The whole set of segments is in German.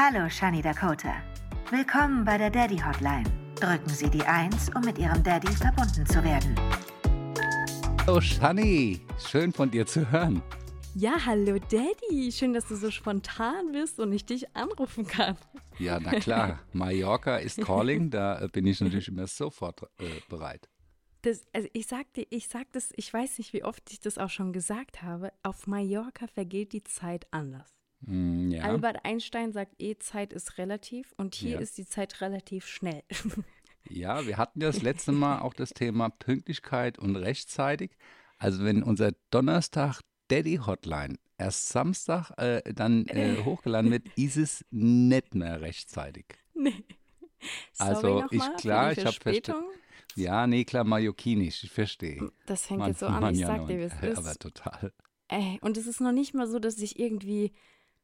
Hallo Shani Dakota. Willkommen bei der Daddy Hotline. Drücken Sie die 1, um mit Ihrem Daddy verbunden zu werden. Hallo Shani, schön von dir zu hören. Ja, hallo Daddy. Schön, dass du so spontan bist und ich dich anrufen kann. Ja, na klar, Mallorca ist calling, da bin ich natürlich immer sofort bereit. Ich weiß nicht, wie oft ich das auch schon gesagt habe, auf Mallorca vergeht die Zeit anders. Ja. Albert Einstein sagt Zeit ist relativ und hier ist die Zeit relativ schnell. Ja, wir hatten ja das letzte Mal auch das Thema Pünktlichkeit und rechtzeitig. Also wenn unser Donnerstag Daddy Hotline erst Samstag dann hochgeladen wird, ist es nicht mehr rechtzeitig. Nee. Also ich habe Verspätung. Ja, nee, klar, mallorquinisch, ich verstehe. Das fängt jetzt so an, ich sag dir, wie es ist. Aber total. Und es ist noch nicht mal so, dass ich irgendwie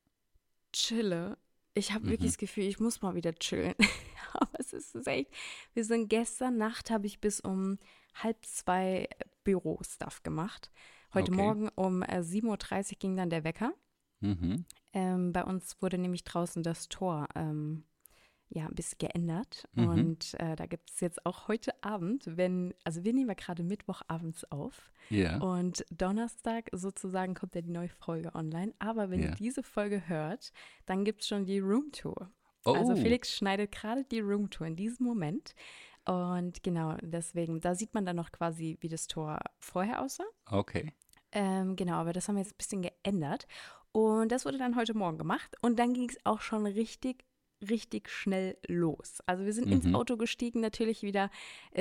chille. Ich habe wirklich das Gefühl, ich muss mal wieder chillen. Aber es ist echt, gestern Nacht habe ich bis um 1:30 Büro-Stuff gemacht. Heute Morgen um 7:30 Uhr ging dann der Wecker. Bei uns wurde nämlich draußen das Tor ein bisschen geändert. Und da gibt es jetzt auch heute Abend, wir nehmen ja gerade Mittwochabends auf. Ja. Und Donnerstag sozusagen kommt ja die neue Folge online. Aber wenn ihr diese Folge hört, dann gibt es schon die Roomtour. Oh. Also Felix schneidet gerade die Roomtour in diesem Moment. Und genau, deswegen, da sieht man dann noch quasi, wie das Tor vorher aussah. Okay. Genau, aber das haben wir jetzt ein bisschen geändert. Und das wurde dann heute Morgen gemacht. Und dann ging es auch schon richtig schnell los. Also wir sind ins Auto gestiegen, natürlich wieder.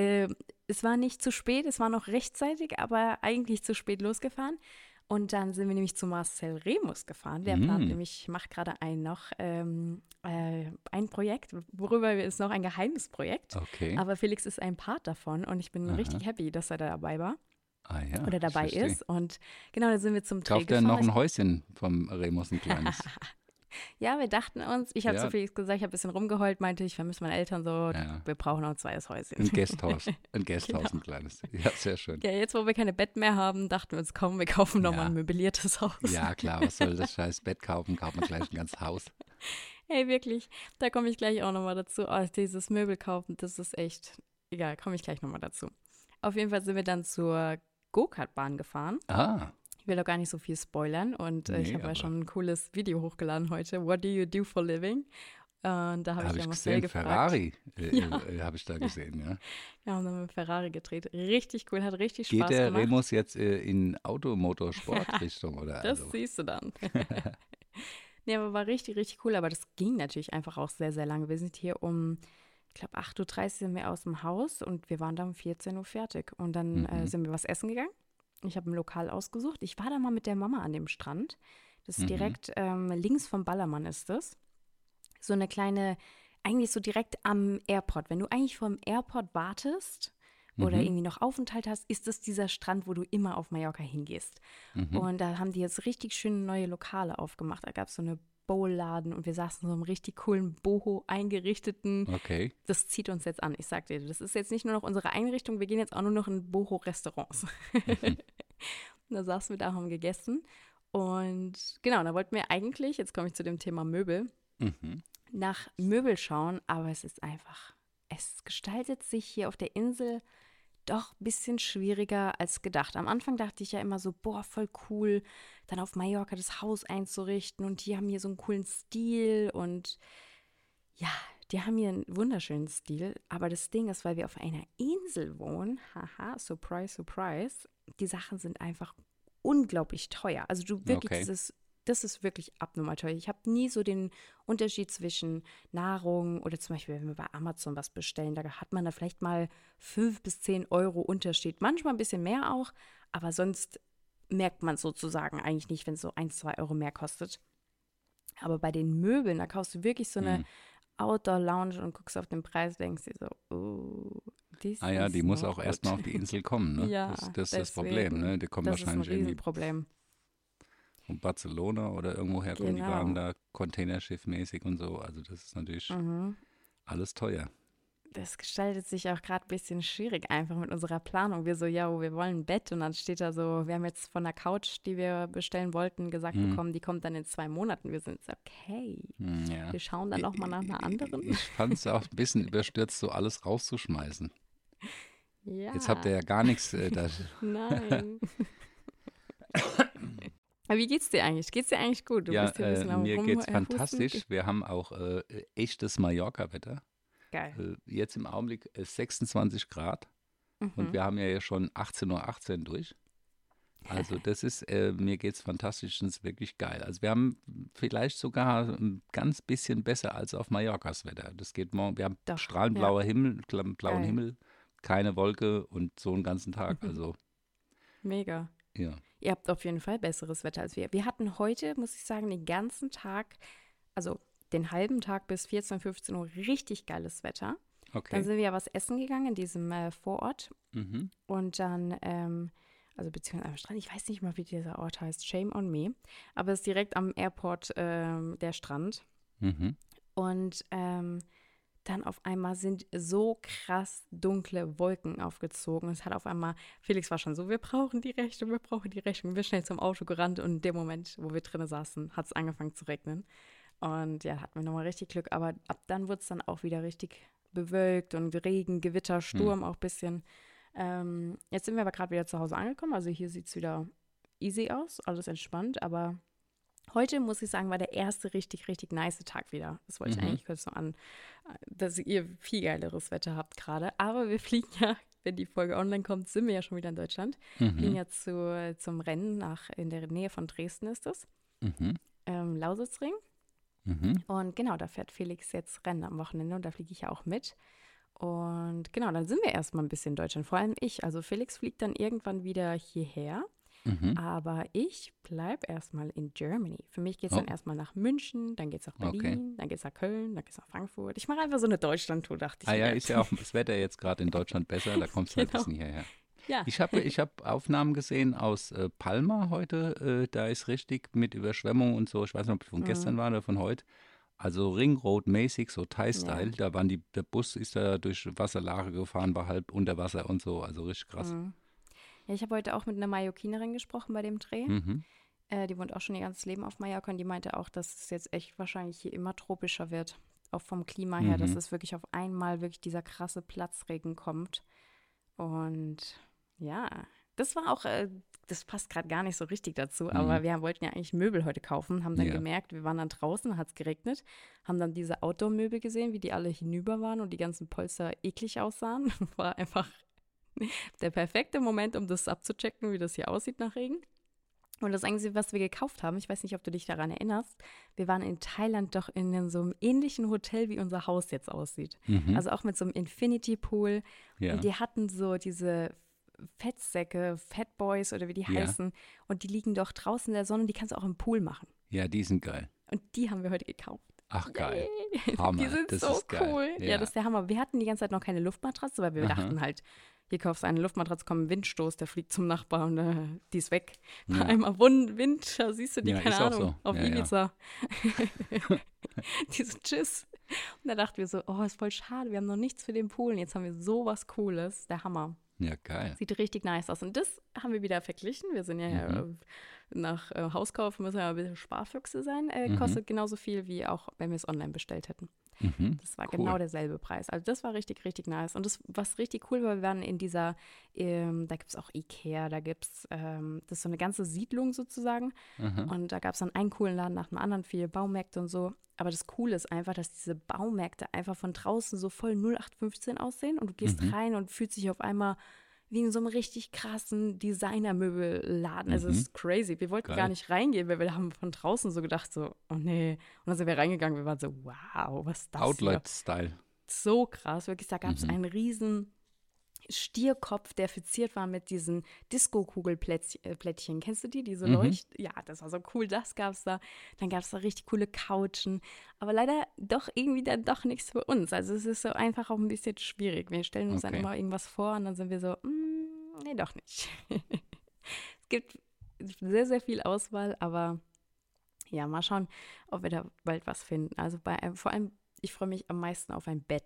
Es war nicht zu spät, es war noch rechtzeitig, aber eigentlich zu spät losgefahren. Und dann sind wir nämlich zu Marcel Remus gefahren. Der macht gerade ein Projekt, worüber ist noch ein Geheimnisprojekt. Okay. Aber Felix ist ein Part davon und ich bin richtig happy, dass er da dabei war. Ah ja, oder dabei ist. Und genau, da sind wir zum Dreh Kauft er gefahren. noch ein Häuschen vom Remus, ein kleines? Ja, wir dachten uns, ich habe zu Felix gesagt, ich habe ein bisschen rumgeheult, meinte, ich vermisse meine Eltern so, wir brauchen noch ein zweites Häuschen. Ein Gasthaus, ein Genau. kleines. Ja, sehr schön. Ja, jetzt, wo wir keine Bett mehr haben, dachten wir uns, komm, wir kaufen nochmal ein möbliertes Haus. Ja, klar, was soll das scheiß Bett kaufen? Kaufen wir gleich ein ganzes Haus. Hey, wirklich, da komme ich gleich auch nochmal dazu. Oh, dieses Möbel kaufen, das ist echt, egal, komme ich gleich nochmal dazu. Auf jeden Fall sind wir dann zur Go-Kart-Bahn gefahren. Ah. Ich will doch gar nicht so viel spoilern und ich habe ja schon ein cooles Video hochgeladen heute. What do you do for living? Und da habe ich ja Marcel gefragt. Ferrari habe ich da gesehen, ja. Ja, haben dann mit Ferrari gedreht. Richtig cool, hat richtig Geht Spaß der gemacht. Remus jetzt in Automotorsport-Richtung? Oder Das also? siehst du dann. Nee, aber war richtig cool. Aber das ging natürlich einfach auch sehr, sehr lange. Wir sind hier ich glaube, 8:30 Uhr sind wir aus dem Haus und wir waren dann um 14 Uhr fertig. Und dann sind wir was essen gegangen. Ich habe ein Lokal ausgesucht. Ich war da mal mit der Mama an dem Strand. Das ist direkt links vom Ballermann ist das. So eine kleine, eigentlich so direkt am Airport. Wenn du eigentlich vor dem Airport wartest oder irgendwie noch Aufenthalt hast, ist das dieser Strand, wo du immer auf Mallorca hingehst. Und da haben die jetzt richtig schöne neue Lokale aufgemacht. Da gab es so eine Bowladen und wir saßen in so einem richtig coolen Boho eingerichteten. Okay. Das zieht uns jetzt an, ich sag dir. Das ist jetzt nicht nur noch unsere Einrichtung, wir gehen jetzt auch nur noch in Boho-Restaurants. Da saßen wir da, haben gegessen. Und genau, da wollten wir eigentlich, jetzt komme ich zu dem Thema Möbel, nach Möbel schauen, aber es gestaltet sich hier auf der Insel doch ein bisschen schwieriger als gedacht. Am Anfang dachte ich ja immer so, boah, voll cool, dann auf Mallorca das Haus einzurichten und die haben hier so einen coolen Stil und ja, die haben hier einen wunderschönen Stil, aber das Ding ist, weil wir auf einer Insel wohnen, haha, surprise, surprise, die Sachen sind einfach unglaublich teuer. Also das ist wirklich abnormal teuer. Ich habe nie so den Unterschied zwischen Nahrung oder zum Beispiel, wenn wir bei Amazon was bestellen, da hat man da vielleicht mal 5 bis 10 Euro Unterschied. Manchmal ein bisschen mehr auch, aber sonst merkt man es sozusagen eigentlich nicht, wenn es so 1, 2 Euro mehr kostet. Aber bei den Möbeln, da kaufst du wirklich so eine Outdoor-Lounge und guckst auf den Preis, denkst dir so, die muss auch erstmal auf die Insel kommen, ne? Ja, das ist das Problem, ne? Die kommen wahrscheinlich irgendwie Problem. von Barcelona oder irgendwoher kommen die Waren da Containerschiff-mäßig und so. Also das ist natürlich alles teuer. das gestaltet sich auch gerade ein bisschen schwierig einfach mit unserer Planung. Wir so, ja, wir wollen ein Bett und dann steht da so, wir haben jetzt von der Couch, die wir bestellen wollten, gesagt bekommen, die kommt dann in 2 Monaten. Wir sind so, okay, Ja. wir schauen dann nochmal nach einer anderen. Ich fand es auch ein bisschen überstürzt, so alles rauszuschmeißen. Ja, Jetzt habt ihr ja gar nichts. nein. Aber wie geht's dir eigentlich? Geht's dir eigentlich gut? Du Ja, bist hier ein bisschen am mir geht's Rumhusten. fantastisch. Wir haben auch echtes Mallorca-Wetter. Geil. Jetzt im Augenblick 26 Grad und wir haben ja schon 18:18 Uhr durch. Also das ist, mir geht's fantastisch und ist wirklich geil. Also wir haben vielleicht sogar ein ganz bisschen besser als auf Mallorcas Wetter. Das geht morgen, wir haben Doch, strahlend ja. blauer Himmel, blauen Geil. Himmel, keine Wolke und so einen ganzen Tag. Also Mega. ja. Ihr habt auf jeden Fall besseres Wetter als wir. Wir hatten heute, muss ich sagen, den ganzen Tag, also den halben Tag bis 14, 15 Uhr richtig geiles Wetter. Dann Okay. sind wir ja was essen gegangen in diesem Vorort. Mhm. Und dann, also beziehungsweise am Strand, ich weiß nicht mal, wie dieser Ort heißt, Shame on me. Aber es ist direkt am Airport der Strand. Mhm. Und dann auf einmal sind so krass dunkle Wolken aufgezogen. Es hat auf einmal, Felix war schon so, wir brauchen die Rechnung, wir brauchen die Rechnung. Wir sind schnell zum Auto gerannt und in dem Moment, wo wir drinnen saßen, hat es angefangen zu regnen. Und ja, hatten wir nochmal richtig Glück. Aber ab dann wurde es dann auch wieder richtig bewölkt und Regen, Gewitter, Sturm auch ein bisschen. Jetzt sind wir aber gerade wieder zu Hause angekommen. Also hier sieht es wieder easy aus, alles entspannt. Aber heute, muss ich sagen, war der erste richtig, richtig nice Tag wieder. Das wollte ich eigentlich kurz noch an, dass ihr viel geileres Wetter habt gerade. Aber wir fliegen ja, wenn die Folge online kommt, sind wir ja schon wieder in Deutschland. Fliegen ja zum Rennen in der Nähe von Dresden ist das. Lausitzring. Und genau, da fährt Felix jetzt Rennen am Wochenende und da fliege ich ja auch mit. Und genau, dann sind wir erstmal ein bisschen in Deutschland, vor allem ich. Also Felix fliegt dann irgendwann wieder hierher. Aber ich bleibe erstmal in Germany. Für mich geht es dann erstmal nach München, dann geht es nach Berlin, dann geht es nach Köln, dann geht es nach Frankfurt. Ich mache einfach so eine Deutschland-Tour, dachte ich Ah ja, mir. ist ja auch das Wetter jetzt gerade in Deutschland besser, da kommst du halt ein bisschen hierher. Ja. Ich hab Aufnahmen gesehen aus Palma heute, da ist richtig mit Überschwemmung und so, ich weiß nicht, ob es von gestern war oder von heute. Also Ringroad-mäßig, so Thai-Style, da waren der Bus ist da durch Wasserlache gefahren, war halb unter Wasser und so, also richtig krass. Ja, ich habe heute auch mit einer Mallorquinerin gesprochen bei dem Dreh. Die wohnt auch schon ihr ganzes Leben auf Mallorca und die meinte auch, dass es jetzt echt wahrscheinlich hier immer tropischer wird. Auch vom Klima her, dass es wirklich auf einmal wirklich dieser krasse Platzregen kommt. Und ja, das war auch, das passt gerade gar nicht so richtig dazu, aber wir wollten ja eigentlich Möbel heute kaufen, haben dann gemerkt, wir waren dann draußen, hat es geregnet, haben dann diese Outdoor-Möbel gesehen, wie die alle hinüber waren und die ganzen Polster eklig aussahen. War einfach der perfekte Moment, um das abzuchecken, wie das hier aussieht nach Regen. Und das Einzige, was wir gekauft haben, ich weiß nicht, ob du dich daran erinnerst, wir waren in Thailand doch in so einem ähnlichen Hotel, wie unser Haus jetzt aussieht. Also auch mit so einem Infinity-Pool. Ja. Und die hatten so diese Fettsäcke, Fatboys oder wie die heißen. Und die liegen doch draußen in der Sonne und die kannst du auch im Pool machen. Ja, die sind geil. Und die haben wir heute gekauft. Ach geil. Yay. Hammer, Die sind das so ist geil. cool. Ja, das ist der Hammer. Wir hatten die ganze Zeit noch keine Luftmatratze, weil wir dachten halt, hier kaufst du eine Luftmatratze, kommt ein Windstoß, der fliegt zum Nachbar und die ist weg. Bei einmal Wind, da siehst du die, Ja, keine ist auch Ahnung, so. auf Ja, Ibiza. Die so, tschüss. Und da dachten wir so, oh, ist voll schade, wir haben noch nichts für den Pool. Und jetzt haben wir sowas Cooles, der Hammer. Ja, geil. Sieht richtig nice aus. Und das haben wir wieder verglichen. Wir sind ja nach Hauskauf, müssen ja ein bisschen Sparfüchse sein. Kostet genauso viel, wie auch, wenn wir es online bestellt hätten. Das war genau derselbe Preis. Also das war richtig, richtig nice. Und das, was richtig cool war, wir waren in dieser, da gibt es auch Ikea, da gibt es, das ist so eine ganze Siedlung sozusagen. Und da gab es dann einen coolen Laden nach dem anderen, viele Baumärkte und so. Aber das Coole ist einfach, dass diese Baumärkte einfach von draußen so voll 0815 aussehen und du gehst rein und fühlst dich auf einmal wie in so einem richtig krassen Designermöbelladen. Also es ist crazy. Wir wollten gar nicht reingehen, weil wir haben von draußen so gedacht, so, oh nee. Und dann sind wir reingegangen, wir waren so, wow, was ist das hier? Outlet-Style. So krass, wirklich, da gab es einen riesen Stierkopf, der verziert war mit diesen Disco-Kugelplättchen. Kennst du die? Die so leuchten? Ja, das war so cool, das gab's da. Dann gab es da richtig coole Couchen. Aber leider doch irgendwie dann doch nichts für uns. Also es ist so einfach auch ein bisschen schwierig. Wir stellen uns dann immer irgendwas vor und dann sind wir so, nee, doch nicht. Es gibt sehr, sehr viel Auswahl, aber ja, mal schauen, ob wir da bald was finden. Also vor allem, ich freue mich am meisten auf ein Bett.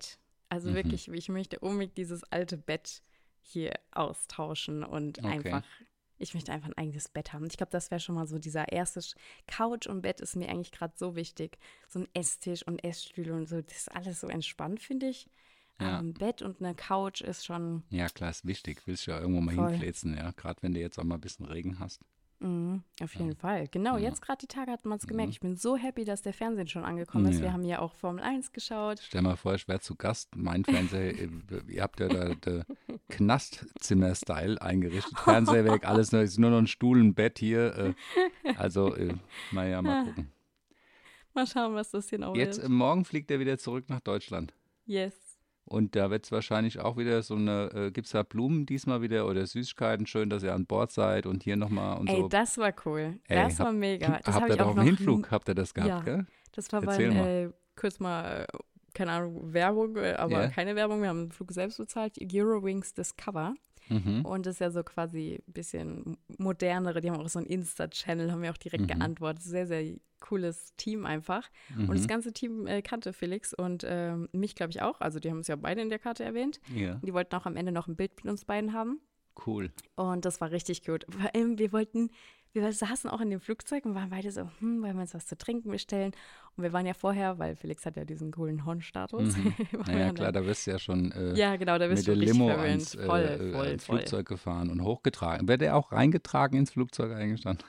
Also wirklich, ich möchte unbedingt dieses alte Bett hier austauschen und Okay. ich möchte einfach ein eigenes Bett haben. Ich glaube, das wäre schon mal so dieser erste Couch und Bett ist mir eigentlich gerade so wichtig. So ein Esstisch und Essstühle und so, das ist alles so entspannt, finde ich. Aber Ja. ein Bett und eine Couch ist schon Ja, klar, ist wichtig. Willst du ja irgendwo mal voll. hinfläzen, ja. Gerade wenn du jetzt auch mal ein bisschen Regen hast. Mhm, auf Ja. jeden Fall. Genau, Ja. jetzt gerade die Tage hat man es gemerkt. Mhm. Ich bin so happy, dass der Fernsehen schon angekommen ist. Wir Ja. haben ja auch Formel 1 geschaut. Stell mal vor, ich wäre zu Gast. Mein Fernseher, ihr habt ja da Knastzimmer-Style eingerichtet. Fernseher weg, alles nur, ist nur noch ein Stuhl, ein Bett hier. Also, naja, mal gucken. Mal schauen, was das hier noch Jetzt, wird. morgen fliegt er wieder zurück nach Deutschland. Yes. Und da wird es wahrscheinlich auch wieder so eine, gibt es da Blumen diesmal wieder oder Süßigkeiten? Schön, dass ihr an Bord seid und hier nochmal und Ey, so. das war cool. Ey, Das war mega. Das habt habe ihr ich doch auch auf dem noch. Hinflug, habt ihr das gehabt, Ja, gell? das war Erzähl mal. kurz mal, keine Ahnung, Werbung, aber Ja? keine Werbung. Wir haben den Flug selbst bezahlt. Eurowings Discover. Mhm. Und das ist ja so quasi ein bisschen modernere. Die haben auch so einen Insta-Channel, haben mir auch direkt Mhm. geantwortet. Sehr, sehr cooles Team einfach. Und das Mhm. ganze Team kannte Felix und mich, glaube ich, auch. Also die haben uns ja beide in der Karte erwähnt. Ja, Die wollten auch am Ende noch ein Bild mit uns beiden haben. cool. Und das war richtig gut. Vor allem, wir saßen auch in dem Flugzeug und waren beide so, wollen wir uns was zu trinken bestellen? Und wir waren ja vorher, weil Felix hat ja diesen coolen Hon-Status. Mhm. waren wir Naja, dann- klar, da wirst du ja schon ja, genau, da bist mit du der richtig Limo verwöhnt. ans Voll. Flugzeug gefahren und hochgetragen. Wird er auch reingetragen ins Flugzeug eigentlich dann?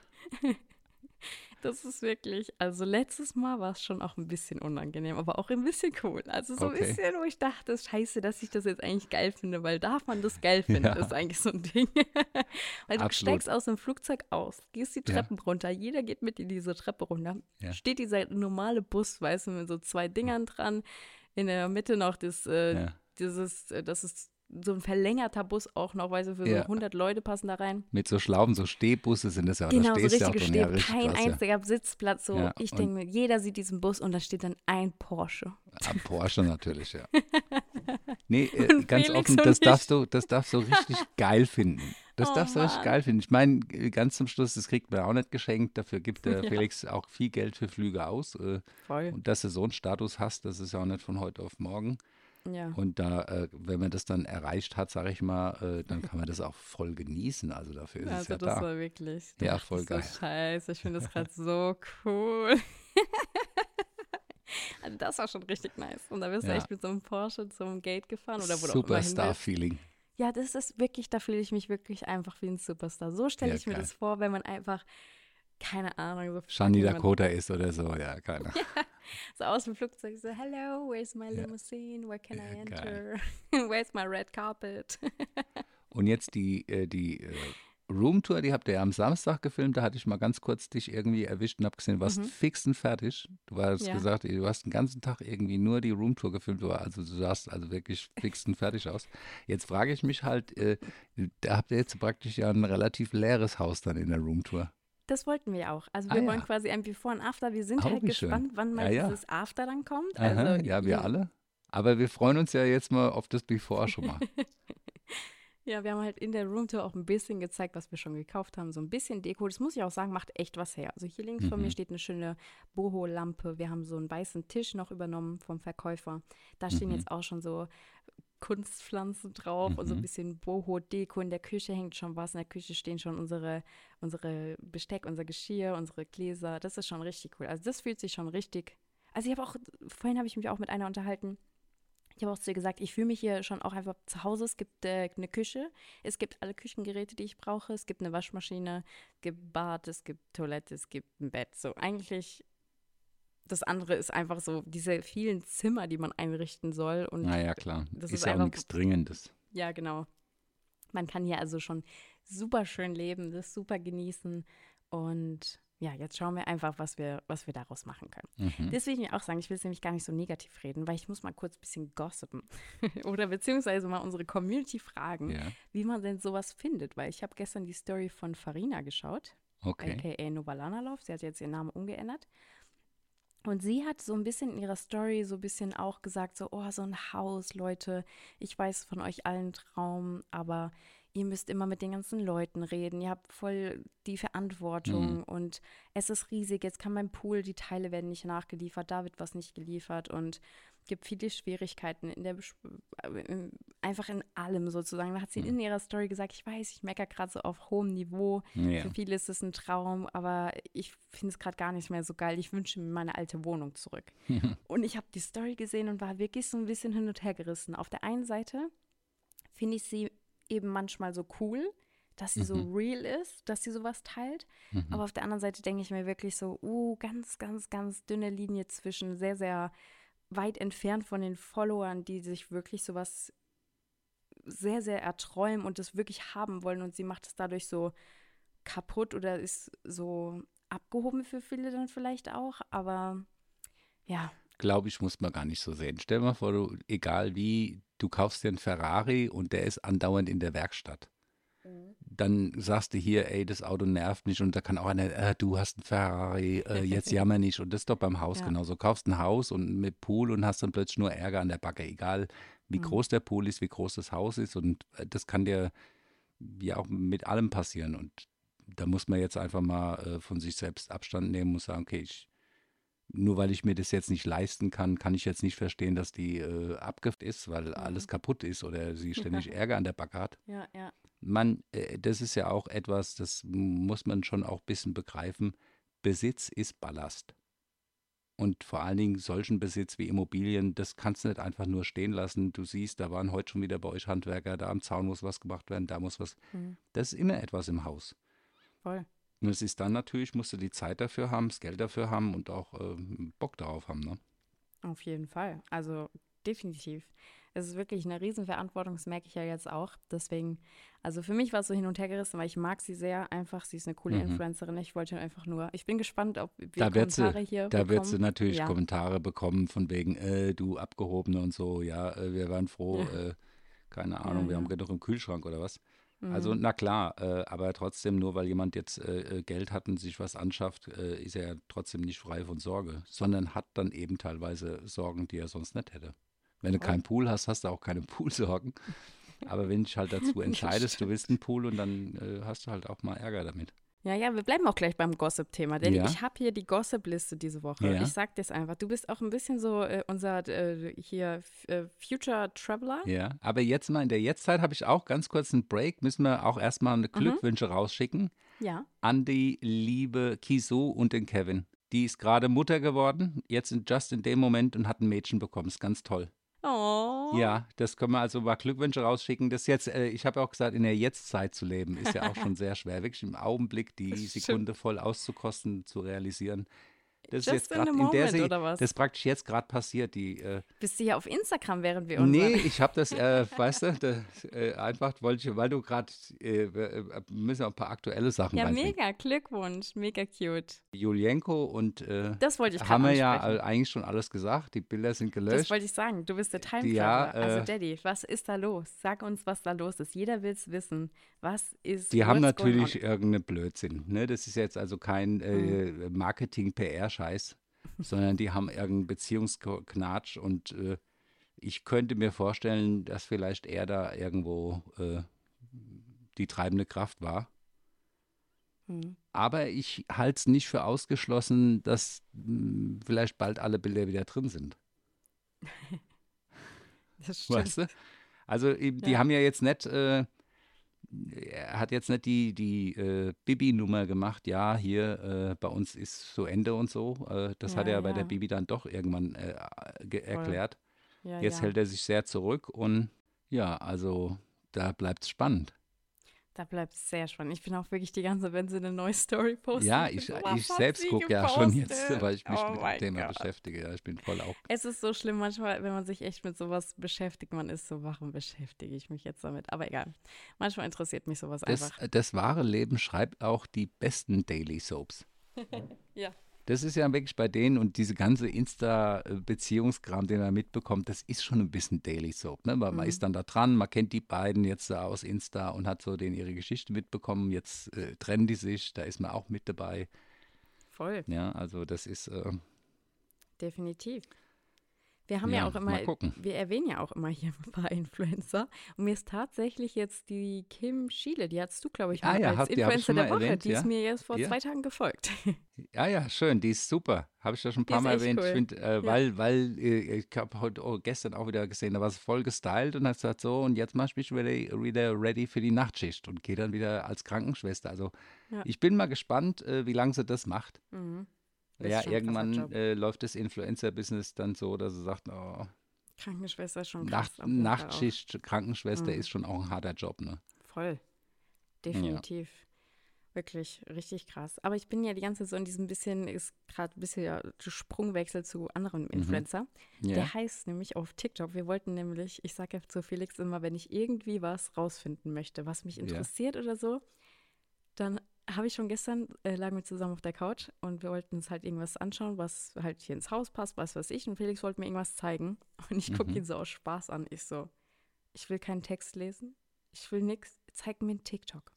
Das ist wirklich, also letztes Mal war es schon auch ein bisschen unangenehm, aber auch ein bisschen cool. Also so ein Okay. bisschen, wo ich dachte, scheiße, dass ich das jetzt eigentlich geil finde, weil darf man das geil finden, Ja. ist eigentlich so ein Ding. Weil du Absolut. steigst aus dem Flugzeug aus, gehst die Ja. Treppen runter, jeder geht mit in diese Treppe runter, Ja. steht dieser normale Bus, weißt du, mit so 2 Dingern dran, in der Mitte noch das ist so ein verlängerter Bus auch noch, weißt du, für so Ja. 100 Leute passen da rein. Mit so Schlaufen, so Stehbusse sind das ja. Da Genau, so stehst du ja auch richtige drin. Ja, Stäbe, richtig kein krass, ja. einziger Sitzplatz. So, Ja, ich und- denke mir, jeder sieht diesen Bus und da steht dann ein Porsche. Am Porsche natürlich, ja. Nee, Und ganz Felix offen, und das ich. darfst du richtig geil finden. Das Oh, darfst du richtig Mann. geil finden. Ich meine, ganz zum Schluss, das kriegt man auch nicht geschenkt. Dafür gibt der Ja. Felix auch viel Geld für Flüge aus. Voll. Und dass du so einen Status hast, das ist ja auch nicht von heute auf morgen. Ja. Und da, wenn man das dann erreicht hat, sage ich mal, dann kann man das auch voll genießen. Also dafür ist es Also ja das da. war wirklich. Ja, dachte voll ich so, geil. scheiße, ich finde das gerade so cool. Also das war schon richtig nice. Und da bist du Ja. echt mit so einem Porsche zum Gate gefahren oder wo du auch immer hin willst. Superstar-Feeling. Ja, das ist wirklich, da fühle ich mich wirklich einfach wie ein Superstar. So stelle Ja, ich mir geil. das vor, wenn man einfach, keine Ahnung, so Shani fucking- Dakota ist oder so, ja, keiner. So aus dem Flugzeug so, hello, where's my Ja. limousine? Where can I Ja, enter? geil. Where's my red carpet? Und jetzt die Roomtour, die habt ihr ja am Samstag gefilmt, da hatte ich mal ganz kurz dich irgendwie erwischt und hab gesehen, du warst fix und fertig. Du hast Ja. gesagt, du hast den ganzen Tag irgendwie nur die Roomtour gefilmt, also du sahst also wirklich fix und fertig aus. Jetzt frage ich mich halt, da habt ihr jetzt praktisch ja ein relativ leeres Haus dann in der Roomtour. Das wollten wir auch. Also Ah, wir ja. wollen quasi ein Before und After. Wir sind Oh, halt wie schön. gespannt, wann mal Ja, ja. dieses After dann kommt. Aha, Also, ja, wir alle. Aber wir freuen uns ja jetzt mal auf das Before schon mal. Ja, wir haben halt in der Roomtour auch ein bisschen gezeigt, was wir schon gekauft haben. So ein bisschen Deko. Das muss ich auch sagen, macht echt was her. Also hier links von mir steht eine schöne Boho-Lampe. Wir haben so einen weißen Tisch noch übernommen vom Verkäufer. Da stehen jetzt auch schon so Kunstpflanzen drauf und so ein bisschen Boho-Deko. In der Küche hängt schon was. In der Küche stehen schon unsere Besteck, unser Geschirr, unsere Gläser. Das ist schon richtig cool. Also das fühlt sich schon richtig. Also vorhin habe ich mich auch mit einer unterhalten. Ich habe auch zu ihr gesagt, ich fühle mich hier schon auch einfach zu Hause. Es gibt eine Küche, es gibt alle Küchengeräte, die ich brauche. Es gibt eine Waschmaschine, es gibt Bad, es gibt Toilette, es gibt ein Bett. So eigentlich, das andere ist einfach so diese vielen Zimmer, die man einrichten soll. Und Naja, klar. das Ist ist ja auch einfach- nichts Dringendes. ja, genau. Man kann hier also schon super schön leben, das super genießen. Und ja, jetzt schauen wir einfach, was wir daraus machen können. Das will ich mir auch sagen. Ich will es nämlich gar nicht so negativ reden, weil ich muss mal kurz ein bisschen gossipen. Oder beziehungsweise mal unsere Community fragen, Ja, wie man denn sowas findet. Weil ich habe gestern die Story von Farina geschaut, okay. a.k.a. Novalanalov. Sie hat jetzt ihren Namen umgeändert. Und sie hat so ein bisschen in ihrer Story so ein bisschen auch gesagt, so, oh, so ein Haus, Leute, ich weiß von euch allen Traum, aber ihr müsst immer mit den ganzen Leuten reden, ihr habt voll die Verantwortung und es ist riesig, jetzt kann beim Pool, die Teile werden nicht nachgeliefert, da wird was nicht geliefert und gibt viele Schwierigkeiten einfach in allem sozusagen. Da hat sie in ihrer Story gesagt, ich weiß, ich meckere gerade so auf hohem Niveau. Ja. Für viele ist es ein Traum, aber ich finde es gerade gar nicht mehr so geil. Ich wünsche mir meine alte Wohnung zurück. Und ich habe die Story gesehen und war wirklich so ein bisschen hin und her gerissen. Auf der einen Seite finde ich sie eben manchmal so cool, dass sie so real ist, dass sie sowas teilt. Aber auf der anderen Seite denke ich mir wirklich so, ganz, ganz, ganz dünne Linie zwischen sehr, sehr weit entfernt von den Followern, die sich wirklich sowas sehr, sehr erträumen und das wirklich haben wollen und sie macht es dadurch so kaputt oder ist so abgehoben für viele dann vielleicht auch, aber ja. Glaube ich, muss man gar nicht so sehen. Stell dir mal vor, egal wie, du kaufst dir einen Ferrari und der ist andauernd in der Werkstatt. Dann sagst du hier, ey, das Auto nervt mich und da kann auch einer, du hast einen Ferrari, jetzt jammer nicht. Und das ist doch beim Haus genauso. Kaufst ein Haus und mit Pool und hast dann plötzlich nur Ärger an der Backe, egal wie groß der Pool ist, wie groß das Haus ist. Und das kann dir ja auch mit allem passieren. Und da muss man jetzt einfach mal von sich selbst Abstand nehmen und sagen, okay, nur weil ich mir das jetzt nicht leisten kann, kann ich jetzt nicht verstehen, dass die abgefuckt ist, weil alles kaputt ist oder sie ständig Ärger an der Backe hat. Ja. Das ist ja auch etwas, das muss man schon auch ein bisschen begreifen. Besitz ist Ballast. Und vor allen Dingen solchen Besitz wie Immobilien, das kannst du nicht einfach nur stehen lassen. Du siehst, da waren heute schon wieder bei euch Handwerker, da am Zaun muss was gemacht werden, da muss was. Das ist immer etwas im Haus. Voll. Und es ist dann natürlich, musst du die Zeit dafür haben, das Geld dafür haben und auch Bock darauf haben, ne? Auf jeden Fall. Also definitiv. Es ist wirklich eine Riesenverantwortung, das merke ich ja jetzt auch. Deswegen, also für mich war es so hin und her gerissen, weil ich mag sie sehr einfach. Sie ist eine coole Influencerin. Ich bin gespannt, ob wir Kommentare hier Da wird sie bekommen. natürlich Kommentare bekommen von wegen, du Abgehobene und so, ja, wir waren froh, keine Ahnung, wir haben genug im Kühlschrank oder was. Also na klar, aber trotzdem, nur weil jemand jetzt Geld hat und sich was anschafft, ist er ja trotzdem nicht frei von Sorge, sondern hat dann eben teilweise Sorgen, die er sonst nicht hätte. Wenn du keinen Pool hast, hast du auch keine Poolsorgen. Aber wenn du dich halt dazu entscheidest, du willst einen Pool und dann hast du halt auch mal Ärger damit. Ja, wir bleiben auch gleich beim Gossip-Thema, denn Ja. ich habe hier die Gossip-Liste diese Woche. Ja. Ich sag dir es einfach, du bist auch ein bisschen so unser Future Traveler. Ja, aber jetzt mal in der Jetztzeit habe ich auch ganz kurz einen Break, müssen wir auch erstmal eine Glückwünsche rausschicken Ja. an die liebe Kiso und den Kevin. Die ist gerade Mutter geworden, jetzt just in dem Moment und hat ein Mädchen bekommen. Ist ganz toll. Oh. Ja, das können wir also mal Glückwünsche rausschicken. Das jetzt, ich habe ja auch gesagt, in der Jetztzeit zu leben, ist ja auch schon sehr schwer. Wirklich im Augenblick die Sekunde voll auszukosten, zu realisieren. Das ist Just jetzt in the gerade in der moment, oder was? das ist praktisch jetzt gerade passiert. Bist du hier auf Instagram, während wir uns Nee, ich habe das, weißt du, einfach wollte ich, weil du gerade, müssen wir ein paar aktuelle Sachen Ja, reinbringen. mega, Glückwunsch, mega cute. Julienko und Das wollte ich haben gerade wir ja ansprechen. eigentlich schon alles gesagt. Die Bilder sind Das gelöscht. wollte ich sagen, du bist der Time Ja, Traveler. Also Daddy, was ist da los? Sag uns, was da los ist. Jeder will es wissen. Was ist Die haben what's going natürlich on? irgendeinen Blödsinn. Ne? Das ist jetzt also kein Marketing-PR-Scheiß, sondern die haben irgendeinen Beziehungsknatsch und ich könnte mir vorstellen, dass vielleicht er da irgendwo die treibende Kraft war. Aber ich halte es nicht für ausgeschlossen, dass vielleicht bald alle Bilder wieder drin sind. Das stimmt. Weißt du? Also die Ja. haben ja jetzt nicht, er hat jetzt nicht die Bibi-Nummer gemacht, ja, hier bei uns ist so Ende und so. Das hat Ja, er bei der ja. Bibi dann doch irgendwann erklärt. Ja, Jetzt ja. hält er sich sehr zurück und ja, also da bleibt es spannend. Da bleibt es sehr spannend. Ich bin auch wirklich die ganze, wenn sie eine neue Story posten. Ja, bin ich so, was hat selbst sie gucke ja schon jetzt, gepostet? weil ich mich Oh mit dem mein Thema Gott. beschäftige. Ja, ich bin voll auch. Es ist so schlimm manchmal, wenn man sich echt mit sowas beschäftigt. Man ist so, warum beschäftige ich mich jetzt damit? Aber egal. Manchmal interessiert mich sowas einfach. Das wahre Leben schreibt auch die besten Daily Soaps. Ja. Das ist ja wirklich bei denen und diese ganze Insta-Beziehungskram, den man mitbekommt, das ist schon ein bisschen Daily Soap. Ne? Man ist dann da dran, man kennt die beiden jetzt aus Insta und hat so denen ihre Geschichte mitbekommen. Jetzt trennen die sich, da ist man auch mit dabei. Voll. Ja, also das ist. Definitiv. Wir haben ja auch immer, mal gucken. wir erwähnen ja auch immer hier ein paar Influencer. Und mir ist tatsächlich jetzt die Kim Schiele, die hattest du, glaube ich, mal Ja, als die habe ich Influencer schon der mal Woche. erwähnt, Die ist ja. mir jetzt vor Ja. 2 Tagen gefolgt. Ja, schön, die ist super. Habe ich ja schon ein Die paar ist Mal echt erwähnt. Ich cool. finde, Ja. weil ich habe gestern auch wieder gesehen, da war es voll gestylt und hat gesagt, so, und jetzt mache ich mich wieder ready für die Nachtschicht und gehe dann wieder als Krankenschwester. Also Ja. ich bin mal gespannt, wie lange sie das macht. Mhm. Das Ja, ist schon ein krasser irgendwann Job. läuft das Influencer-Business dann so, dass sie sagt, oh, Krankenschwester ist schon krass, auf jeden Fall auch. Nachtschicht, Krankenschwester Mhm. ist schon auch ein harter Job, ne? Voll, Ja. definitiv. Wirklich richtig krass. Aber ich bin ja die ganze Zeit so in diesem bisschen, ist gerade ein bisschen ja, Sprungwechsel zu anderen Influencer. Ja. Der heißt nämlich auf TikTok, wir wollten nämlich, ich sage ja zu Felix immer, wenn ich irgendwie was rausfinden möchte, was mich Ja. interessiert oder so, dann habe ich schon gestern, lagen wir zusammen auf der Couch und wir wollten uns halt irgendwas anschauen, was halt hier ins Haus passt, was weiß ich. Und Felix wollte mir irgendwas zeigen. Und ich gucke ihn so aus Spaß an. Ich so, ich will keinen Text lesen, ich will nix, zeig mir einen TikTok.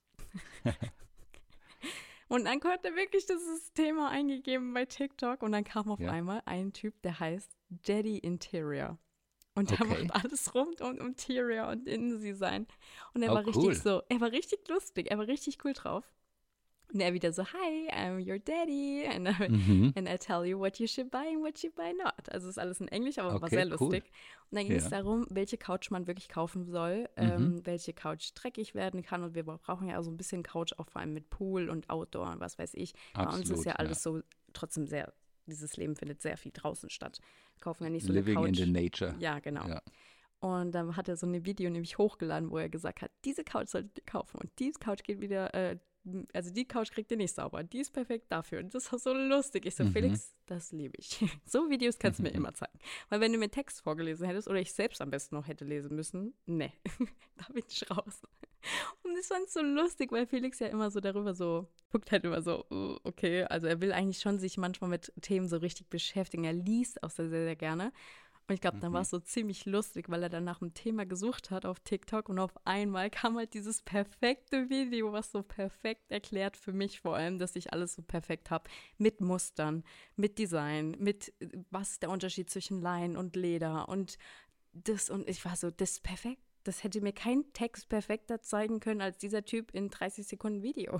Und dann konnte er wirklich dieses Thema eingegeben bei TikTok und dann kam auf Ja. einmal ein Typ, der heißt Daddy Interior. Und der Okay. macht alles rund um Interior und Innendesign. Und er Oh, war cool. richtig so, er war richtig lustig, er war richtig cool drauf. Und er wieder so, hi, I'm your daddy and I tell you what you should buy and what you buy not. Also ist alles in Englisch, aber war Okay, sehr cool. lustig. Und dann ging es Ja. darum, welche Couch man wirklich kaufen soll, welche Couch dreckig werden kann. Und wir brauchen ja auch so ein bisschen Couch, auch vor allem mit Pool und Outdoor und was weiß ich. Bei uns ist Absolut, ja ja. alles so trotzdem sehr, dieses Leben findet sehr viel draußen statt. Wir kaufen ja nicht so Living eine in Couch. the nature. Ja, genau. Ja. Und dann hat er so ein Video nämlich hochgeladen, wo er gesagt hat, diese Couch solltet ihr kaufen und diese Couch geht wieder, also die Couch kriegt ihr nicht sauber, die ist perfekt dafür. Und das war so lustig. Ich so, Felix, das liebe ich. So Videos kannst du mir immer zeigen. Weil wenn du mir Text vorgelesen hättest oder ich selbst am besten noch hätte lesen müssen, ne, da bin ich raus. Und das fand ich so lustig, weil Felix ja immer so darüber so, guckt halt immer so, okay, also er will eigentlich schon sich manchmal mit Themen so richtig beschäftigen. Er liest auch sehr, sehr, sehr gerne. Und ich glaube, dann war es so ziemlich lustig, weil er dann nach einem Thema gesucht hat auf TikTok und auf einmal kam halt dieses perfekte Video, was so perfekt erklärt für mich vor allem, dass ich alles so perfekt habe. Mit Mustern, mit Design, mit was ist der Unterschied zwischen Leinen und Leder und das. Und ich war so, das ist perfekt. Das hätte mir kein Text perfekter zeigen können als dieser Typ in 30 Sekunden Video.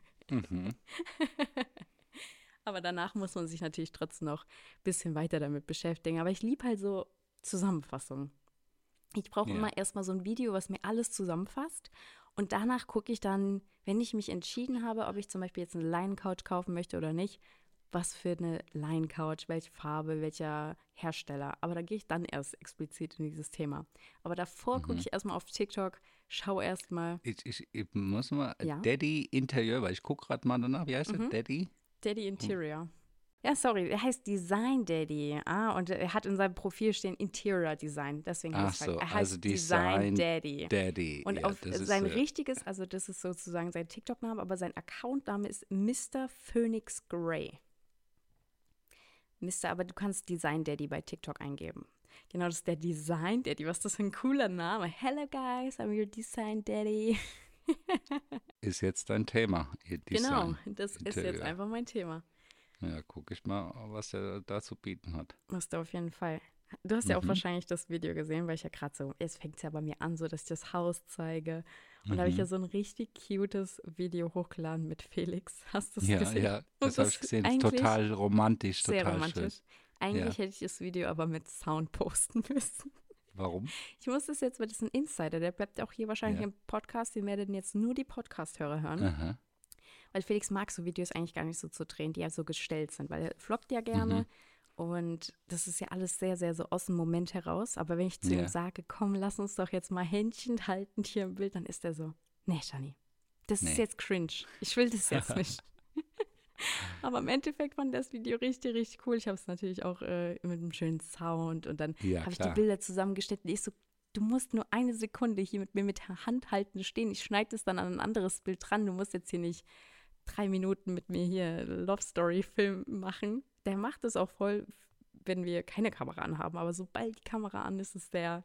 Aber danach muss man sich natürlich trotzdem noch ein bisschen weiter damit beschäftigen. Aber ich liebe halt so Zusammenfassungen. Ich brauche Ja. immer erstmal so ein Video, was mir alles zusammenfasst. Und danach gucke ich dann, wenn ich mich entschieden habe, ob ich zum Beispiel jetzt eine Line-Couch kaufen möchte oder nicht, was für eine Line-Couch, welche Farbe, welcher Hersteller. Aber da gehe ich dann erst explizit in dieses Thema. Aber davor gucke ich erstmal auf TikTok, schaue erstmal Ich muss mal, Ja. Daddy Interieur, weil ich gucke gerade mal danach, wie heißt der? Daddy? Daddy Interior. Ja, sorry, er heißt Design Daddy. Und er hat in seinem Profil stehen Interior Design. Deswegen Ach heißt so, er heißt also Design Design Daddy. Daddy. Und Ja, auf das ist, sein richtiges, also das ist sozusagen sein TikTok-Name, aber sein Account-Name ist Mr. Phoenix Gray. Aber du kannst Design Daddy bei TikTok eingeben. Genau, das ist der Design Daddy. Was ist das für ein cooler Name? Hello guys, I'm your Design Daddy. ist jetzt dein Thema. Ihr Genau, Design das ist jetzt Interieur. einfach mein Thema. Ja, gucke ich mal, was er da zu bieten hat. Musst du auf jeden Fall. Du hast ja auch wahrscheinlich das Video gesehen, weil ich ja gerade so, jetzt fängt es ja bei mir an, so dass ich das Haus zeige. Und da habe ich ja so ein richtig cutes Video hochgeladen mit Felix. Hast du das Ja, gesehen? ja, Und das habe ich gesehen. Ist eigentlich total romantisch, sehr total romantisch. schön. Eigentlich Ja. hätte ich das Video aber mit Sound posten müssen. Warum? Ich muss das jetzt, weil das ist ein Insider, der bleibt auch hier wahrscheinlich Ja. im Podcast. Den werden jetzt nur die Podcast-Hörer hören. Aha. Weil Felix mag so Videos eigentlich gar nicht so zu drehen, die ja so gestellt sind, weil er vloggt ja gerne. Und das ist ja alles sehr, sehr so aus dem Moment heraus. Aber wenn ich zu Ja. ihm sage, komm, lass uns doch jetzt mal Händchen halten hier im Bild, dann ist er so, nee, Shani, das ist Nee. jetzt cringe. Ich will das jetzt nicht. Aber im Endeffekt fand das Video richtig, richtig cool. Ich habe es natürlich auch mit einem schönen Sound und dann Ja, habe ich die klar. Bilder zusammengestellt. Und ich so, du musst nur eine Sekunde hier mit mir mit der Hand halten stehen. Ich schneide es dann an ein anderes Bild dran. Du musst jetzt hier nicht 3 Minuten mit mir hier Love Story Film machen. Der macht es auch voll, wenn wir keine Kamera anhaben. Aber sobald die Kamera an ist, ist der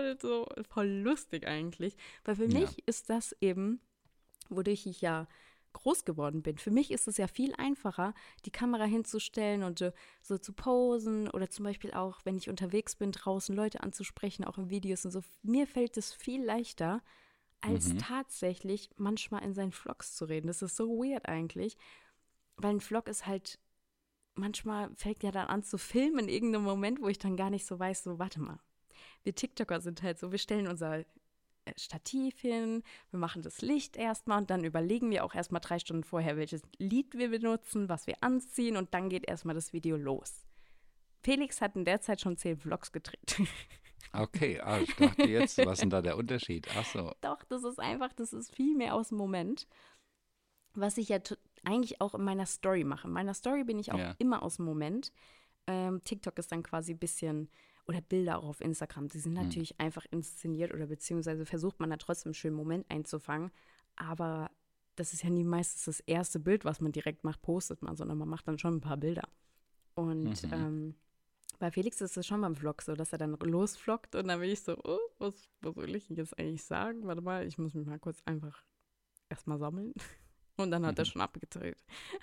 voll lustig eigentlich. Weil für Ja. mich ist das eben, wodurch ich ja groß geworden bin. Für mich ist es ja viel einfacher, die Kamera hinzustellen und so zu posen oder zum Beispiel auch, wenn ich unterwegs bin, draußen Leute anzusprechen, auch in Videos und so. Mir fällt es viel leichter, als tatsächlich manchmal in seinen Vlogs zu reden. Das ist so weird eigentlich, weil ein Vlog ist halt, manchmal fängt ja dann an zu filmen in irgendeinem Moment, wo ich dann gar nicht so weiß, so warte mal. Wir TikToker sind halt so, wir stellen unser Stativ hin, wir machen das Licht erstmal und dann überlegen wir auch erstmal 3 Stunden vorher, welches Lied wir benutzen, was wir anziehen und dann geht erstmal das Video los. Felix hat in der Zeit schon 10 Vlogs gedreht. Okay, ich dachte jetzt, was ist denn da der Unterschied? Ach so. Doch, das ist viel mehr aus dem Moment, was ich ja eigentlich auch in meiner Story mache. In meiner Story bin ich auch immer aus dem Moment. TikTok ist dann quasi ein bisschen, oder Bilder auch auf Instagram, die sind natürlich einfach inszeniert oder beziehungsweise versucht man da trotzdem einen schönen Moment einzufangen, aber das ist ja nie meistens das erste Bild, was man direkt macht, postet man, sondern man macht dann schon ein paar Bilder. Und bei Felix ist es schon beim Vlog so, dass er dann losvloggt und dann bin ich so, oh, was soll ich jetzt eigentlich sagen? Warte mal, ich muss mich mal kurz einfach erstmal sammeln. Und dann hat er schon abgedreht.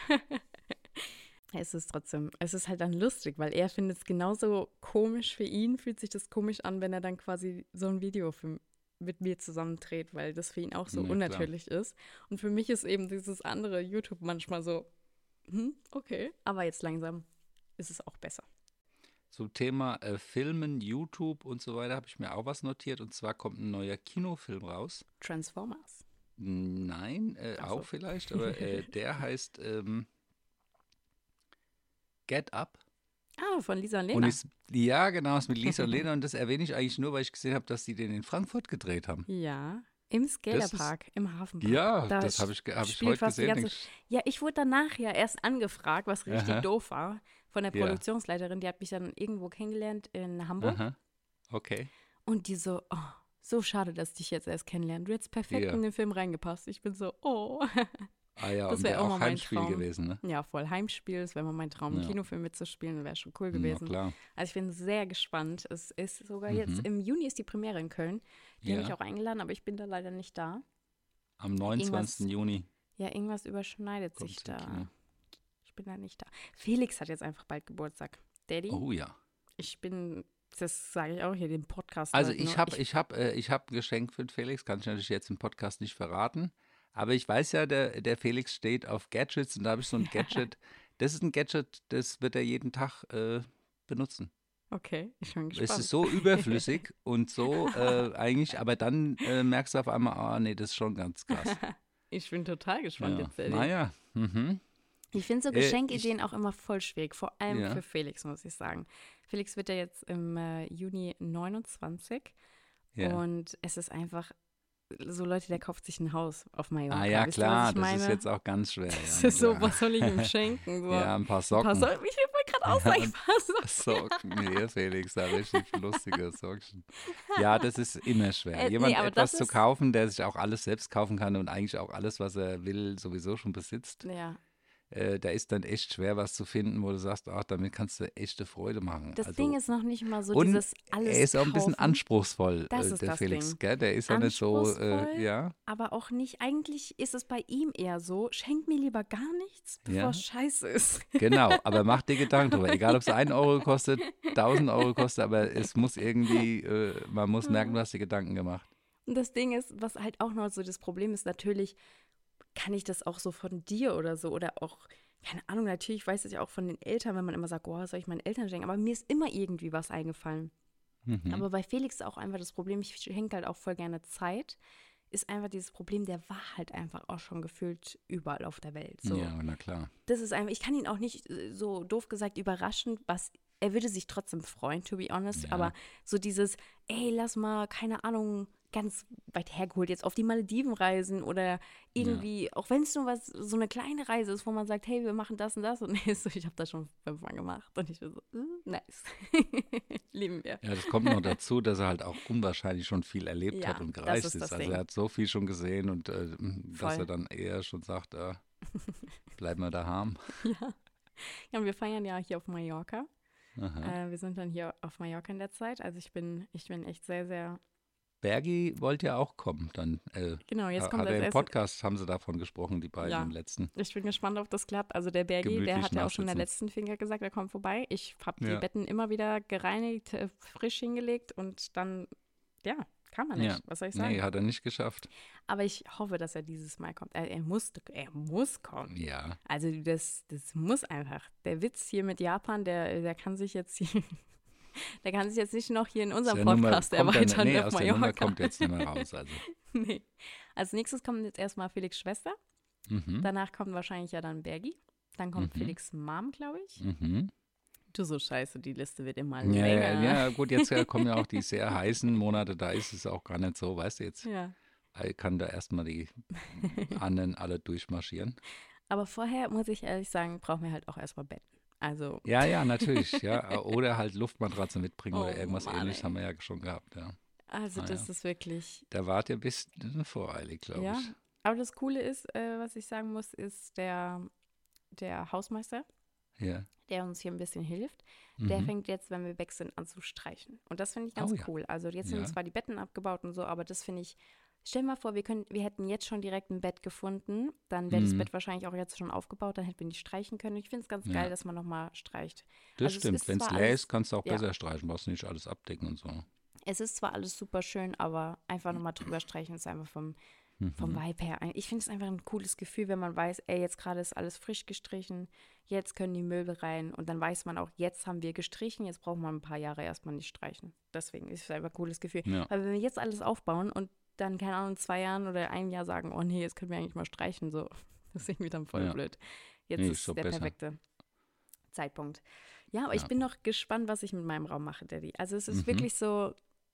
Es ist halt dann lustig, weil er findet es genauso komisch für ihn, fühlt sich das komisch an, wenn er dann quasi so ein Video mit mir zusammendreht, weil das für ihn auch so unnatürlich ist. Und für mich ist eben dieses andere YouTube manchmal so, okay, aber jetzt langsam ist es auch besser. Zum Thema Filmen, YouTube und so weiter habe ich mir auch was notiert. Und zwar kommt ein neuer Kinofilm raus. Transformers. Nein, auch vielleicht, aber der heißt Get Up. Ah, von Lisa und Lena. Ja, genau, ist mit Lisa und Lena. Und das erwähne ich eigentlich nur, weil ich gesehen habe, dass die den in Frankfurt gedreht haben. Ja, im Skaterpark, im Hafenpark. Ja, das habe ich heute gesehen. Ja, ich wurde danach ja erst angefragt, was richtig doof war, von der Produktionsleiterin. Die hat mich dann irgendwo kennengelernt in Hamburg. Aha. Okay. Und die so, oh, so schade, dass ich dich jetzt erst kennenlerne. Du hättest perfekt in den Film reingepasst. Ich bin so, oh. Ah ja, das wäre auch mein Heimspiel Traum gewesen, ne? Ja, voll Heimspiel. Das wäre mal mein Traum, einen Kinofilm mitzuspielen. Wäre schon cool gewesen. Ja, klar. Also ich bin sehr gespannt. Es ist sogar jetzt, im Juni ist die Premiere in Köln. Die haben mich auch eingeladen, aber ich bin da leider nicht da. Am 29. Juni. Ja, irgendwas überschneidet sich da. Ich bin da nicht da. Felix hat jetzt einfach bald Geburtstag. Daddy? Oh ja. Das sage ich auch hier, den Podcast. Also ich hab ein Geschenk für den Felix, kann ich natürlich jetzt im Podcast nicht verraten. Aber ich weiß ja, der Felix steht auf Gadgets und da habe ich so ein Gadget. Das ist ein Gadget, das wird er jeden Tag benutzen. Okay, ich bin gespannt. Es ist so überflüssig und so eigentlich, aber dann merkst du auf einmal, nee, das ist schon ganz krass. Ich bin total gespannt jetzt. Naja, Ich finde so Geschenkideen auch immer voll schwierig, vor allem für Felix, muss ich sagen. Felix wird ja jetzt im Juni 29 und es ist einfach so Leute, der kauft sich ein Haus auf Mallorca. Ah ja, klar, das ist jetzt auch ganz schwer. Das ist so, was soll ich ihm schenken? So. Ja, ein paar Socken. Ich wollte gerade auch sagen, ein paar Socken. Nee, Felix, da richtig lustige Socken. Ja, das ist immer schwer. Jemand etwas zu kaufen, der sich auch alles selbst kaufen kann und eigentlich auch alles, was er will, sowieso schon besitzt. Ja. Da ist dann echt schwer, was zu finden, wo du sagst, ach, damit kannst du echte Freude machen. Das Ding ist noch nicht mal so und dieses alles er ist auch ein bisschen kaufen. anspruchsvoll, Das ist der das Felix, Ding. gell? Der ist auch nicht so, ja. Aber auch nicht, eigentlich ist es bei ihm eher so, schenk mir lieber gar nichts, bevor es scheiße ist. Genau, aber mach dir Gedanken drüber. Egal, ob es 1 Euro kostet, 1000 Euro kostet, aber es muss irgendwie, man muss merken, du hast dir Gedanken gemacht. Und das Ding ist, was halt auch noch so das Problem ist, natürlich kann ich das auch so von dir oder so oder auch, keine Ahnung, natürlich weiß ich auch von den Eltern, wenn man immer sagt, was soll ich meinen Eltern schenken, aber mir ist immer irgendwie was eingefallen. Aber bei Felix ist auch einfach das Problem, ich schenke halt auch voll gerne Zeit, ist einfach dieses Problem, der war halt einfach auch schon gefühlt überall auf der Welt. So. Ja, na klar. Das ist einfach, ich kann ihn auch nicht so doof gesagt überraschen, er würde sich trotzdem freuen, to be honest, aber so dieses, ey, lass mal, keine Ahnung, ganz weit hergeholt jetzt auf die Malediven reisen oder irgendwie, auch wenn es nur so eine kleine Reise ist, wo man sagt, hey, wir machen das und das und so, ich habe das schon 5-mal gemacht und ich bin so, nice, lieben wir. Ja, das kommt noch dazu, dass er halt auch unwahrscheinlich schon viel erlebt hat und gereist ist. Also er hat so viel schon gesehen und dass er dann eher schon sagt, bleib mal daheim. Ja, und wir feiern ja hier auf Mallorca. Wir sind dann hier auf Mallorca in der Zeit, also ich bin echt sehr, sehr Bergi wollte ja auch kommen. Dann Genau, jetzt kommt hat das er im erste. Podcast, haben sie davon gesprochen, die beiden Ja. im letzten. Ich bin gespannt, ob das klappt. Also der Bergi, der Gemütlich hat ja auch schon in der nachsitzen. letzten Finger gesagt, er kommt vorbei. Ich habe die Ja. Betten immer wieder gereinigt, frisch hingelegt und dann, ja, kann man nicht. Ja. Was soll ich sagen? Nee, hat er nicht geschafft. Aber ich hoffe, dass er dieses Mal kommt. Er muss kommen. Ja. Also das muss einfach. Der Witz hier mit Japan, der kann sich jetzt hier, der kann sich jetzt nicht noch hier in unserem Aus der Nummer Podcast kommt er- erweitern nee, auf aus der Nummer Mallorca. kommt jetzt nicht mehr raus. Also. Nee. Als nächstes kommt jetzt erstmal Felix' Schwester. Mhm. Danach kommt wahrscheinlich ja dann Bergi. Dann kommt Mhm. Felix' Mom, glaube ich. Mhm. Du, so scheiße, die Liste wird immer Ja, länger. ja, gut, jetzt kommen ja auch die sehr heißen Monate, da ist es auch gar nicht so, weißt du, jetzt Ja. kann da erstmal die anderen alle durchmarschieren. Aber vorher, muss ich ehrlich sagen, brauchen wir halt auch erstmal Betten. Also, Ja, natürlich, ja. Oder halt Luftmatratze mitbringen Oh oder irgendwas Mann, ähnliches, ey. haben wir ja schon gehabt, ja. also Ah, das ja. ist wirklich, Da wart ihr ein bisschen voreilig, glaube ja. ich. Aber das Coole ist, was ich sagen muss, ist der Hausmeister, Ja. der uns hier ein bisschen hilft, der Mhm. fängt jetzt, wenn wir weg sind, an zu streichen. Und das finde ich ganz Oh ja. cool. Also jetzt Ja. sind zwar die Betten abgebaut und so, aber das finde ich, stell dir mal vor, wir hätten jetzt schon direkt ein Bett gefunden, dann wäre das Mhm. Bett wahrscheinlich auch jetzt schon aufgebaut, dann hätten wir nicht streichen können. Ich finde es ganz Ja. geil, dass man nochmal streicht. Das Also es stimmt. ist Wenn es zwar leer alles- ist, kannst du auch ja. besser streichen, brauchst nicht alles abdecken und so. Es ist zwar alles super schön, aber einfach nochmal drüber streichen ist einfach vom Vibe her. Ich finde es einfach ein cooles Gefühl, wenn man weiß, ey, jetzt gerade ist alles frisch gestrichen, jetzt können die Möbel rein und dann weiß man auch, jetzt haben wir gestrichen, jetzt braucht man ein paar Jahre erstmal nicht streichen. Deswegen ist es einfach ein cooles Gefühl. Ja. Weil wenn wir jetzt alles aufbauen und dann, keine Ahnung, in 2 Jahren oder einem Jahr sagen, oh nee, jetzt können wir eigentlich mal streichen, so, das ist irgendwie dann voll Ja. blöd. Jetzt Nee, ist ist so der besser. perfekte Zeitpunkt. Ja, aber ich Ja. bin noch gespannt, was ich mit meinem Raum mache, Daddy. Also es ist Mhm. wirklich so,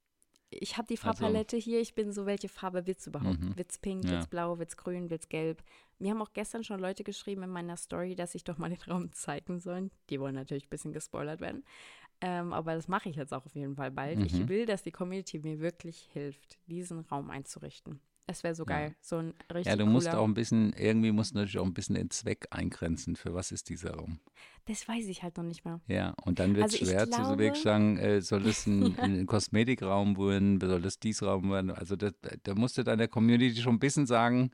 ich habe die Also- Farbpalette hier, ich bin so, welche Farbe wird's überhaupt? Mhm. Wird's pink, Ja. wird's blau, wird's grün, wird's gelb? Mir haben auch gestern schon Leute geschrieben in meiner Story, dass ich doch mal den Raum zeigen soll. Die wollen natürlich ein bisschen gespoilert werden. Aber das mache ich jetzt auch auf jeden Fall bald. Ich Mhm. will, dass die Community mir wirklich hilft, diesen Raum einzurichten. Es wäre so Ja. geil. So ein richtig Ja, du musst cooler. auch ein bisschen, irgendwie musst du natürlich auch ein bisschen den Zweck eingrenzen, für was ist dieser Raum. Das weiß ich halt noch nicht mal. Ja, und dann wird es Also ich schwer zu glaube- wirklich sagen, soll das ein Kosmetikraum werden, soll das dies Raum werden. Also da musst du deiner Community schon ein bisschen sagen,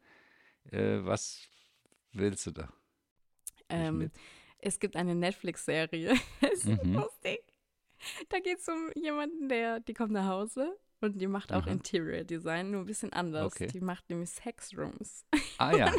was willst du da? Ähm, mit. Es gibt eine Netflix-Serie. ist so Mhm. lustig. Da geht es um jemanden, die kommt nach Hause und die macht auch Aha. Interior Design, nur ein bisschen anders. Okay. Die macht nämlich Sexrooms. Ah ja,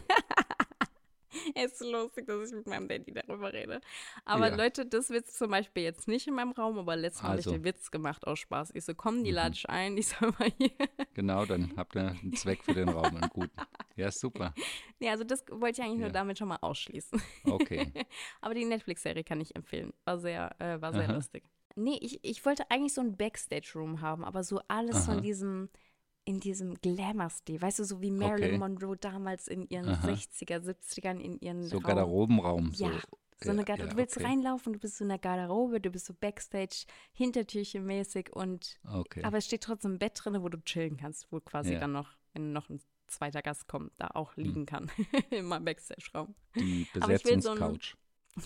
Es ist so lustig, dass ich mit meinem Daddy darüber rede. Aber Ja. Leute, das wird's zum Beispiel jetzt nicht in meinem Raum, aber letztes Mal habe ich Also. den Witz gemacht aus Spaß. Ich so, komm, die Mhm. lade ich ein, die soll mal hier. genau, dann habt ihr einen Zweck für den Raum, einen guten. Ja, super. Nee, also das wollte ich eigentlich nur Ja. damit schon mal ausschließen. Okay. Aber die Netflix-Serie kann ich empfehlen. War sehr Aha. lustig. Nee, ich wollte eigentlich so ein Backstage-Room haben, aber so alles so Aha. in diesem Glamour-Stil. Weißt du, so wie Marilyn Okay. Monroe damals in ihren Aha. 60er, 70ern in ihren So Raum. Garderobenraum. Ja, so eine Garderobe. Du willst okay. reinlaufen, du bist so in der Garderobe, du bist so Backstage, Hintertürchen mäßig und Okay. aber es steht trotzdem ein Bett drin, wo du chillen kannst, wo quasi Ja. dann noch, wenn noch ein zweiter Gast kommt, da auch liegen kann. In meinem Backstage-Raum. Die aber ich will so ein- Besetzungscouch.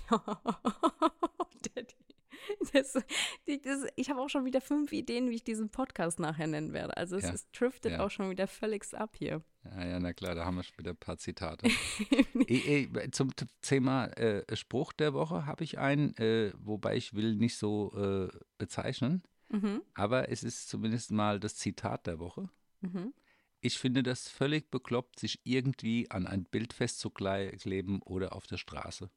Daddy. Ich habe auch schon wieder 5 Ideen, wie ich diesen Podcast nachher nennen werde. Also Ja, es driftet ja. auch schon wieder völlig ab hier. Ja, na klar, da haben wir schon wieder ein paar Zitate. Zum Thema Spruch der Woche habe ich einen, wobei ich will nicht so bezeichnen, Mhm, aber es ist zumindest mal das Zitat der Woche. mhm. Ich finde das völlig bekloppt, sich irgendwie an ein Bild festzukleben oder auf der Straße.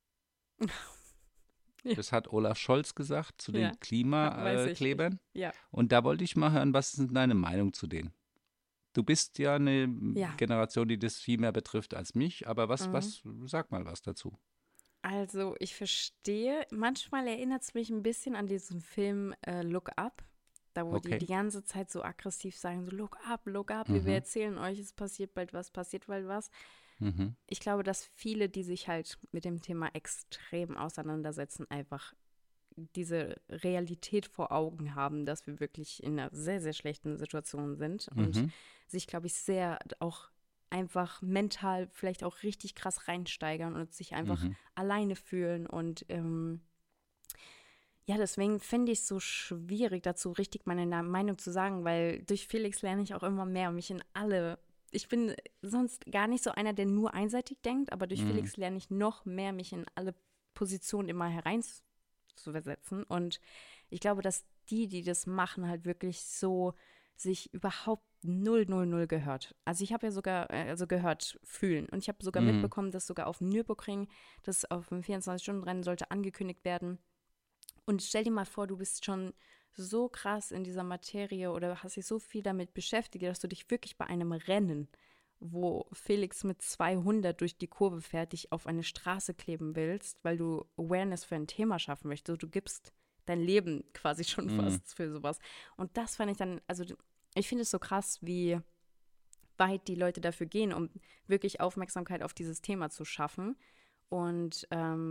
Ja. Das hat Olaf Scholz gesagt zu Ja, den weiß ich. Klimaklebern. Ja. Und da wollte ich mal hören, was ist denn deine Meinung zu denen? Du bist ja eine Ja. Generation, die das viel mehr betrifft als mich, aber Mhm. sag mal was dazu. Also ich verstehe, manchmal erinnert es mich ein bisschen an diesen Film Look Up, da wo Okay. die ganze Zeit so aggressiv sagen, so Look up, wir Mhm. erzählen euch, es passiert bald was. Mhm. Ich glaube, dass viele, die sich halt mit dem Thema extrem auseinandersetzen, einfach diese Realität vor Augen haben, dass wir wirklich in einer sehr, sehr schlechten Situation sind und Mhm. sich, glaube ich, sehr auch einfach mental vielleicht auch richtig krass reinsteigern und sich einfach Mhm. alleine fühlen und Ja, deswegen finde ich es so schwierig, dazu richtig meine Meinung zu sagen, weil durch Felix lerne ich auch immer mehr und mich in alle. Ich bin sonst gar nicht so einer, der nur einseitig denkt, aber durch Mhm. Felix lerne ich noch mehr, mich in alle Positionen immer hereinzuversetzen. Und ich glaube, dass die das machen, halt wirklich so sich überhaupt null gehört. Also ich habe ja sogar, also gehört, fühlen. Und ich habe sogar Mhm. mitbekommen, dass sogar auf dem Nürburgring, das auf dem 24-Stunden-Rennen sollte angekündigt werden. Und stell dir mal vor, du bist schon so krass in dieser Materie oder hast dich so viel damit beschäftigt, dass du dich wirklich bei einem Rennen, wo Felix mit 200 durch die Kurve fährt, dich auf eine Straße kleben willst, weil du Awareness für ein Thema schaffen möchtest. Also du gibst dein Leben quasi schon Mhm. fast für sowas. Und das fand ich dann, also ich finde es so krass, wie weit die Leute dafür gehen, um wirklich Aufmerksamkeit auf dieses Thema zu schaffen. Und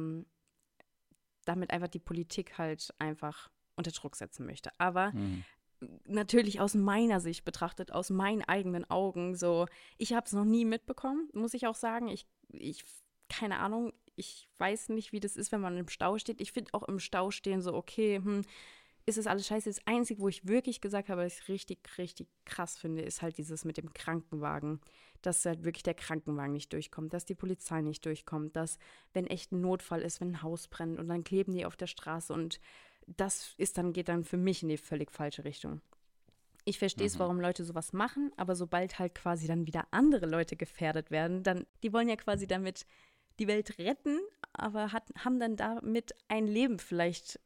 damit einfach die Politik halt einfach unter Druck setzen möchte. Aber Mhm. natürlich aus meiner Sicht betrachtet, aus meinen eigenen Augen, so, ich habe es noch nie mitbekommen, muss ich auch sagen. Keine Ahnung, ich weiß nicht, wie das ist, wenn man im Stau steht. Ich finde auch im Stau stehen so, okay, ist es alles scheiße. Das Einzige, wo ich wirklich gesagt habe, was ich richtig krass finde, ist halt dieses mit dem Krankenwagen. Dass halt wirklich der Krankenwagen nicht durchkommt, dass die Polizei nicht durchkommt, dass, wenn echt ein Notfall ist, wenn ein Haus brennt und dann kleben die auf der Straße und geht dann für mich in die völlig falsche Richtung. Ich verstehe es, Mhm. warum Leute sowas machen, aber sobald halt quasi dann wieder andere Leute gefährdet werden, die wollen ja quasi damit die Welt retten, aber haben dann damit ein Leben vielleicht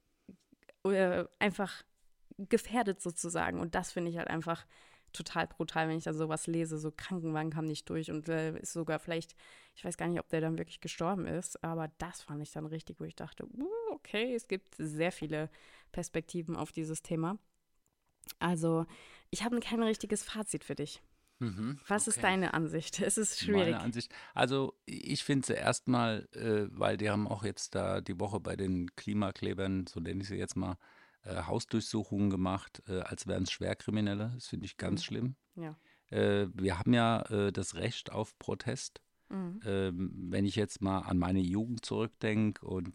einfach gefährdet sozusagen. Und das finde ich halt einfach total brutal, wenn ich da sowas lese. So Krankenwagen kam nicht durch und ist sogar vielleicht, ich weiß gar nicht, ob der dann wirklich gestorben ist, aber das fand ich dann richtig, wo ich dachte, okay, es gibt sehr viele Perspektiven auf dieses Thema. Also, ich habe kein richtiges Fazit für dich. Mhm. Was ist Okay. deine Ansicht? Es ist Meine schwierig. Ansicht, also ich finde sie erstmal, weil die haben auch jetzt da die Woche bei den Klimaklebern, so nenne ich sie jetzt mal, Hausdurchsuchungen gemacht, als wären es Schwerkriminelle. Das finde ich ganz Hm. schlimm. Ja. Wir haben ja das Recht auf Protest. Mhm. Wenn ich jetzt mal an meine Jugend zurückdenke und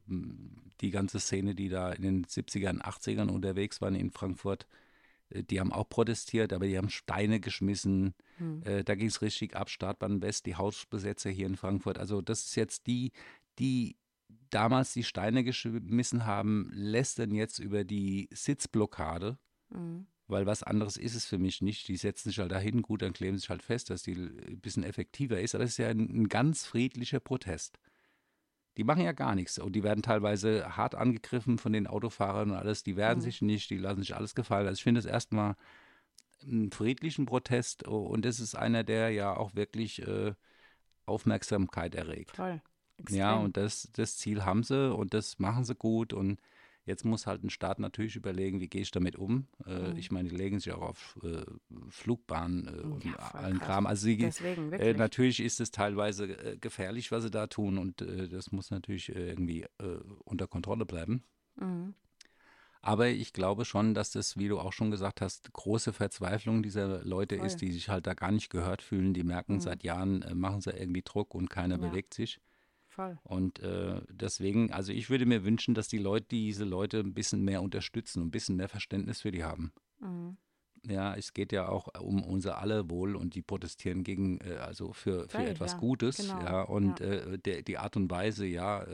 die ganze Szene, die da in den 70ern, 80ern unterwegs waren in Frankfurt, die haben auch protestiert, aber die haben Steine geschmissen. Hm. Da ging es richtig ab, Startbahn West, die Hausbesetzer hier in Frankfurt. Also das ist jetzt die damals die Steine geschmissen haben, lästern jetzt über die Sitzblockade, Mhm. weil was anderes ist es für mich nicht. Die setzen sich halt dahin, gut, dann kleben sich halt fest, dass die ein bisschen effektiver ist. Aber das ist ja ein ganz friedlicher Protest. Die machen ja gar nichts und die werden teilweise hart angegriffen von den Autofahrern und alles. Die wehren Mhm. sich nicht, die lassen sich alles gefallen. Also ich finde es erstmal einen friedlichen Protest und das ist einer, der ja auch wirklich Aufmerksamkeit erregt. Voll. Ja, Extrem. und das Ziel haben sie und das machen sie gut und jetzt muss halt ein Staat natürlich überlegen, wie gehe ich damit um. Mhm. Ich meine, die legen sich auch auf Flugbahnen Ja, und voll allen krass. Kram. Also sie, Deswegen, wirklich. natürlich ist es teilweise gefährlich, was sie da tun und das muss natürlich irgendwie unter Kontrolle bleiben. Mhm. Aber ich glaube schon, dass das, wie du auch schon gesagt hast, große Verzweiflung dieser Leute ist, Voll. die sich halt da gar nicht gehört fühlen. Die merken, Mhm. seit Jahren machen sie irgendwie Druck und keiner Ja, bewegt sich. voll. Und deswegen, also ich würde mir wünschen, dass die Leute diese Leute ein bisschen mehr unterstützen und ein bisschen mehr Verständnis für die haben. Mhm. Ja, es geht ja auch um unser aller Wohl und die protestieren gegen, also für Völlig, etwas ja. Gutes, Genau. ja, Ja. und die Art und Weise, ja,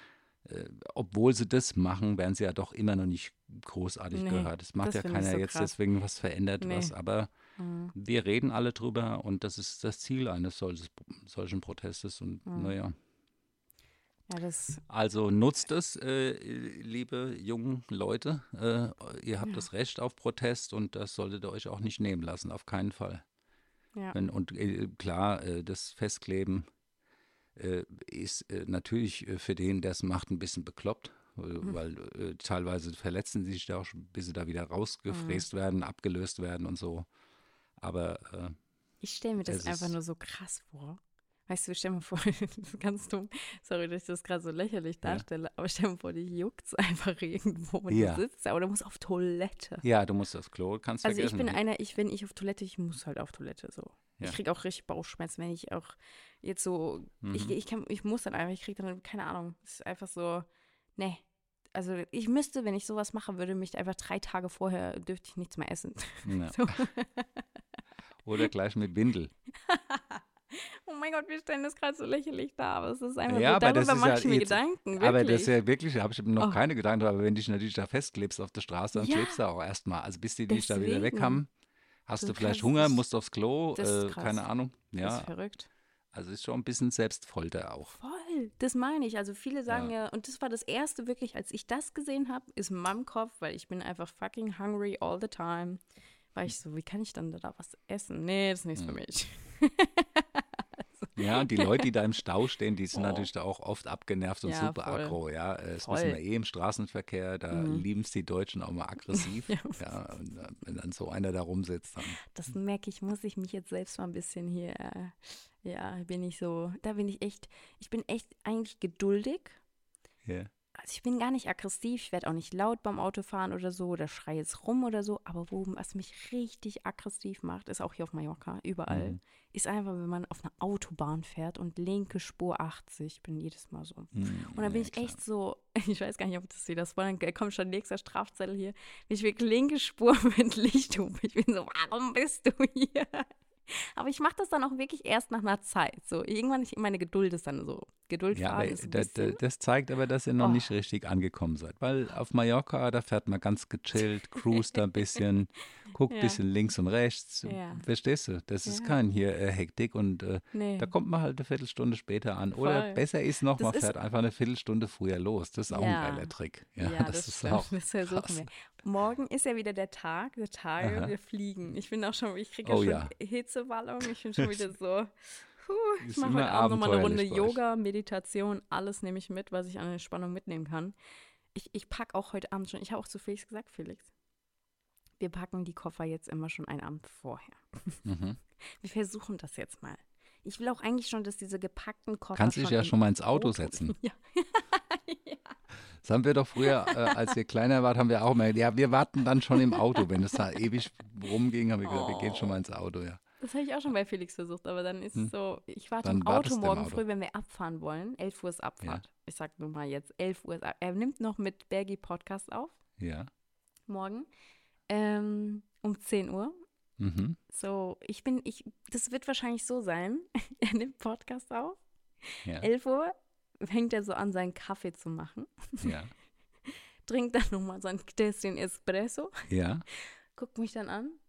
obwohl sie das machen, werden sie ja doch immer noch nicht großartig Nee, gehört. Es macht das ja finde ich keiner so jetzt krass. deswegen was verändert Nee. was, aber Mhm. wir reden alle drüber und das ist das Ziel eines solchen Protestes und Mhm. naja. Ja, das, Also nutzt es, liebe jungen Leute. Ihr habt ja, das Recht auf Protest und das solltet ihr euch auch nicht nehmen lassen, auf keinen Fall. ja. Und klar, das Festkleben ist natürlich für den, der es macht, ein bisschen bekloppt, Mhm. weil teilweise verletzen sie sich da auch, bis sie da wieder Mhm. rausgefräst werden, abgelöst werden und so. Aber Ich stelle mir das es einfach ist, nur so krass vor. Weißt du, stell mir vor, das ist ganz dumm. Sorry, dass ich das gerade so lächerlich ja. darstelle, aber stell mir vor, dich juckt's einfach irgendwo und du Ja, sitzt da oder musst auf Toilette. ja, du musst aufs Klo, kannst Also ich bin vergessen. einer, wenn ich auf Toilette, ich muss halt auf Toilette so. Ich Ja. kriege auch richtig Bauchschmerzen, wenn ich auch jetzt so, Mhm. ich muss dann einfach, ich kriege dann, keine Ahnung, es ist einfach so, ne, also ich müsste, wenn ich sowas mache, würde mich einfach 3 Tage vorher, dürfte ich nichts mehr essen. Ja. So. Oder gleich mit Windel. Oh mein Gott, wir stellen das gerade so lächerlich dar, aber es ist einfach Ja, so, aber das darüber ist mache ja ich mir jetzt, Gedanken, wirklich. aber das ist ja wirklich, da habe ich noch Oh. keine Gedanken drüber, aber wenn du dich natürlich da festklebst auf der Straße, dann Ja. klebst du auch erstmal. Also bis die dich da wieder weg Deswegen. haben, hast Du du vielleicht kannst Hunger, dich- musst aufs Klo, Das ist krass. keine Ahnung. Das Ja, ist verrückt. also ist schon ein bisschen Selbstfolter auch. Voll, das meine ich. Also viele sagen Ja. ja, und das war das erste wirklich, als ich das gesehen habe, ist in meinem Kopf, weil ich bin einfach fucking hungry all the time. War ich so, wie kann ich dann da was essen? Nee, das ist nichts für mich. Ja, und die Leute, die da im Stau stehen, die sind Oh. natürlich da auch oft abgenervt und Ja, super voll. aggro, ja. Das Voll. wissen wir im Straßenverkehr, da lieben es die Deutschen auch mal aggressiv. Ja. Ja, und wenn dann so einer da rumsitzt, dann Das merke ich, muss ich mich jetzt selbst mal ein bisschen hier, bin ich so, da bin ich echt, ich bin echt eigentlich geduldig. ja. Also ich bin gar nicht aggressiv, ich werde auch nicht laut beim Autofahren oder so oder schreie jetzt rum oder so, aber was mich richtig aggressiv macht, ist auch hier auf Mallorca, überall, ist einfach, wenn man auf einer Autobahn fährt und linke Spur 80, ich bin jedes Mal so. Und dann bin ich echt so, ich weiß gar nicht, ob das wieder spoilern, dann kommt schon nächster Strafzettel hier, bin ich wirklich linke Spur mit Lichthupe. Ich bin so, warum bist du hier? Aber ich mache das dann auch wirklich erst nach einer Zeit. So, irgendwann, meine Geduld ist dann so. Geduld Ja, fahren aber ist ein bisschen. das zeigt aber, dass ihr noch Oh. nicht richtig angekommen seid. Weil auf Mallorca, da fährt man ganz gechillt, cruist da ein bisschen, guckt ein Ja. bisschen links und rechts. Ja. Verstehst du? Das ist Ja. kein hier Hektik und Nee. da kommt man halt eine Viertelstunde später an. Oder Voll. besser ist noch, Das man ist- fährt einfach eine Viertelstunde früher los. Das ist auch Ja. ein geiler Trick. Ja, Ja, das das ist stimmt. auch Das versuchen krass. wir. Morgen ist ja wieder der Tag, der Tage, Aha. wir fliegen. Ich bin auch schon, ich kriege Oh schon ja. Hitzewallung. Ich bin schon wieder so, ich Ist mache immer heute Abend nochmal eine Runde abenteuerlich bei euch. Yoga, Meditation, alles nehme ich mit, was ich an Entspannung mitnehmen kann. Ich packe auch heute Abend schon, ich habe auch zu Felix gesagt, Felix, wir packen die Koffer jetzt immer schon einen Abend vorher. Mhm. Wir versuchen das jetzt mal. Ich will auch eigentlich schon, dass diese gepackten Koffer Kannst dich ja in schon mal ins Auto setzen. Ja. Das haben wir doch früher, als ihr kleiner wart, haben wir auch mal, ja, wir warten dann schon im Auto. Wenn es da ewig rumging, haben wir gesagt, wir gehen schon mal ins Auto, ja. Das habe ich auch schon bei Felix versucht, aber dann ist es so, ich warte Dann im Auto wartest du im morgen Auto. früh, wenn wir abfahren wollen. 11 Uhr ist Abfahrt. Ich sag nur mal jetzt, 11 Uhr ist Abfahrt. Er nimmt noch mit Bergi Podcast auf, Ja. morgen, um 10 Uhr. Mhm. So, das wird wahrscheinlich so sein, er nimmt Podcast auf, Ja. 11 Uhr fängt er so an, seinen Kaffee zu machen, Ja. trinkt dann nochmal sein Tässchen Espresso, Ja. guckt mich dann an.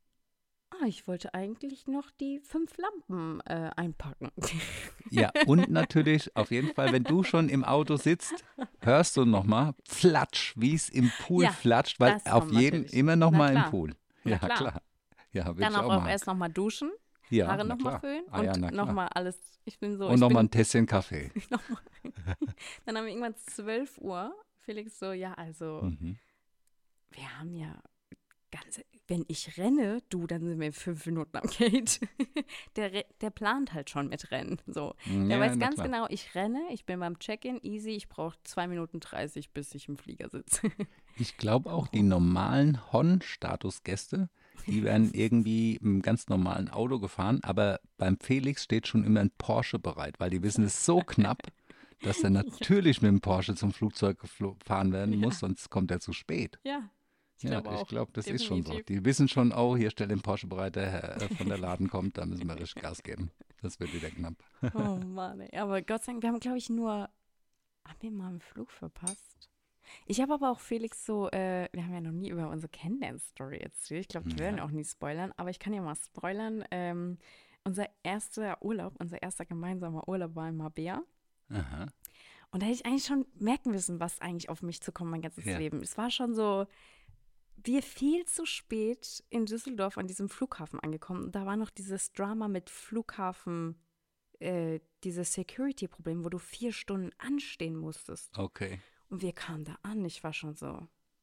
Ich wollte eigentlich noch die 5 Lampen einpacken. Ja, und natürlich, auf jeden Fall, wenn du schon im Auto sitzt, hörst du nochmal Flatsch, wie es im Pool Ja, flatscht, weil das auf kommt jeden natürlich. immer noch Na mal im klar. Pool. Na Ja, klar. klar. Ja, würde Dann ich auch auch machen. erst nochmal duschen, Ja, Haare na nochmal klar. föhnen Ah, ja, und na klar. nochmal alles. Ich bin so, Und nochmal ein Tässchen Kaffee. Dann haben wir irgendwann 12 Uhr. Felix so, ja, also Mhm. wir haben ja wenn ich renne, dann sind wir in 5 Minuten am Gate. Der plant halt schon mit Rennen. So. Der Ja, weiß na ganz klar. genau, ich renne, ich bin beim Check-in, easy, ich brauche 2 Minuten 30, bis ich im Flieger sitze. Ich glaube auch, die normalen Hon-Statusgäste, die werden irgendwie im ganz normalen Auto gefahren, aber beim Felix steht schon immer ein Porsche bereit, weil die wissen es so knapp, dass er natürlich mit dem Porsche zum Flugzeug gefahren werden muss, sonst kommt er zu spät. Ja, Ja, glaube auch. ich glaube, das ist schon so. Definitiv. Die wissen schon, oh, hier stellt den Porsche bereit, der Herr von der Laden kommt, da müssen wir richtig Gas geben. Das wird wieder knapp. Oh Mann, ey. Aber Gott sei Dank, wir haben, glaube ich, haben wir mal einen Flug verpasst? Ich habe aber auch Felix so, wir haben ja noch nie über unsere Kennenlern-Story erzählt. Ich glaube, die werden auch nie spoilern, aber ich kann ja mal spoilern. Unser erster gemeinsamer Urlaub war in Marbella. Aha. Und da hätte ich eigentlich schon merken müssen, was eigentlich auf mich zukommt mein ganzes Ja. Leben. Es war schon so, wir viel zu spät in Düsseldorf an diesem Flughafen angekommen. Und da war noch dieses Drama mit Flughafen, dieses Security-Problem, wo du 4 Stunden anstehen musstest. Okay. Und wir kamen da an, ich war schon so.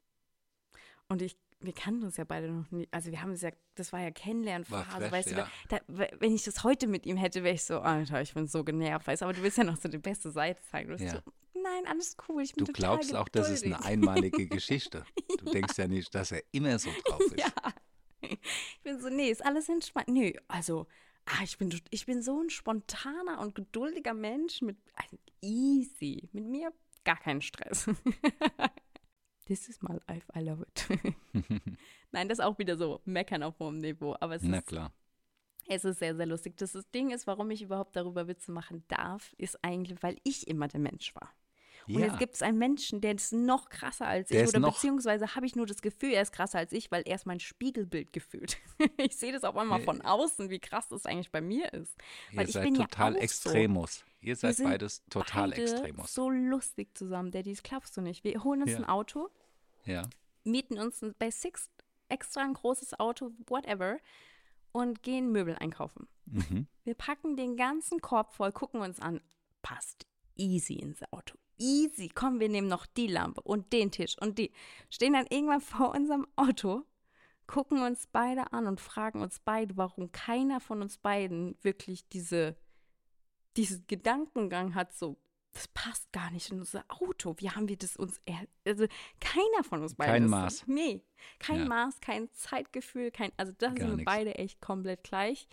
Und wir kannten uns ja beide noch nie. Also wir haben es ja, das war ja Kennenlernphase, War fresh, weißt ja. du, wenn ich das heute mit ihm hätte, wäre ich so, Alter, ich bin so genervt, weißt du, aber du willst ja noch so die beste Seite zeigen. Du bist Ja. so, nein, alles cool, ich bin Du total glaubst auch, das ist eine geduldig. einmalige Geschichte. Du denkst ja nicht, dass er immer so drauf ist. Ja. Ich bin so, nee, ist alles entspannt. Nö, also, ich bin so ein spontaner und geduldiger Mensch also easy. Mit mir gar keinen Stress. This is my life, I love it. Nein, das ist auch wieder so meckern auf hohem Niveau, aber Na klar. Es ist sehr, sehr lustig. Das Ding ist, warum ich überhaupt darüber Witze machen darf, ist eigentlich, weil ich immer der Mensch war. Und Ja. jetzt gibt es einen Menschen, der ist noch krasser als Der ich. ist Oder noch- beziehungsweise habe ich nur das Gefühl, er ist krasser als ich, weil er ist mein Spiegelbild gefühlt. Ich sehe das auf einmal von außen, wie krass das eigentlich bei mir ist. Ihr Weil ich seid bin total ja auch Extremos. Ihr Wir seid sind beides total beide Extremos. so lustig zusammen, Daddy, das glaubst du nicht. Wir holen uns Ja. ein Auto, Ja. mieten uns bei Sixt extra ein großes Auto, whatever, und gehen Möbel einkaufen. Mhm. Wir packen den ganzen Korb voll, gucken uns an, passt easy ins Auto. Easy, komm, wir nehmen noch die Lampe und den Tisch und die. Stehen dann irgendwann vor unserem Auto, gucken uns beide an und fragen uns beide, warum keiner von uns beiden wirklich diesen Gedankengang hat, so, das passt gar nicht in unser Auto. Wie haben wir das uns, also keiner von uns beiden. Kein ist so. Maß. Nee, kein Ja. Maß, kein Zeitgefühl, also da Gar sind wir nix. beide echt komplett gleich.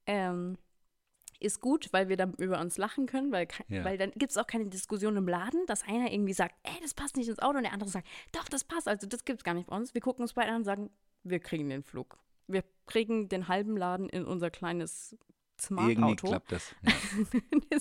Ist gut, weil wir dann über uns lachen können, weil dann gibt es auch keine Diskussion im Laden, dass einer irgendwie sagt, das passt nicht ins Auto und der andere sagt, doch, das passt, also das gibt es gar nicht bei uns. Wir gucken uns beide an und sagen, wir kriegen den Flug. Wir kriegen den halben Laden in unser kleines Irgendwie Smart-Auto. klappt das. Ja. Das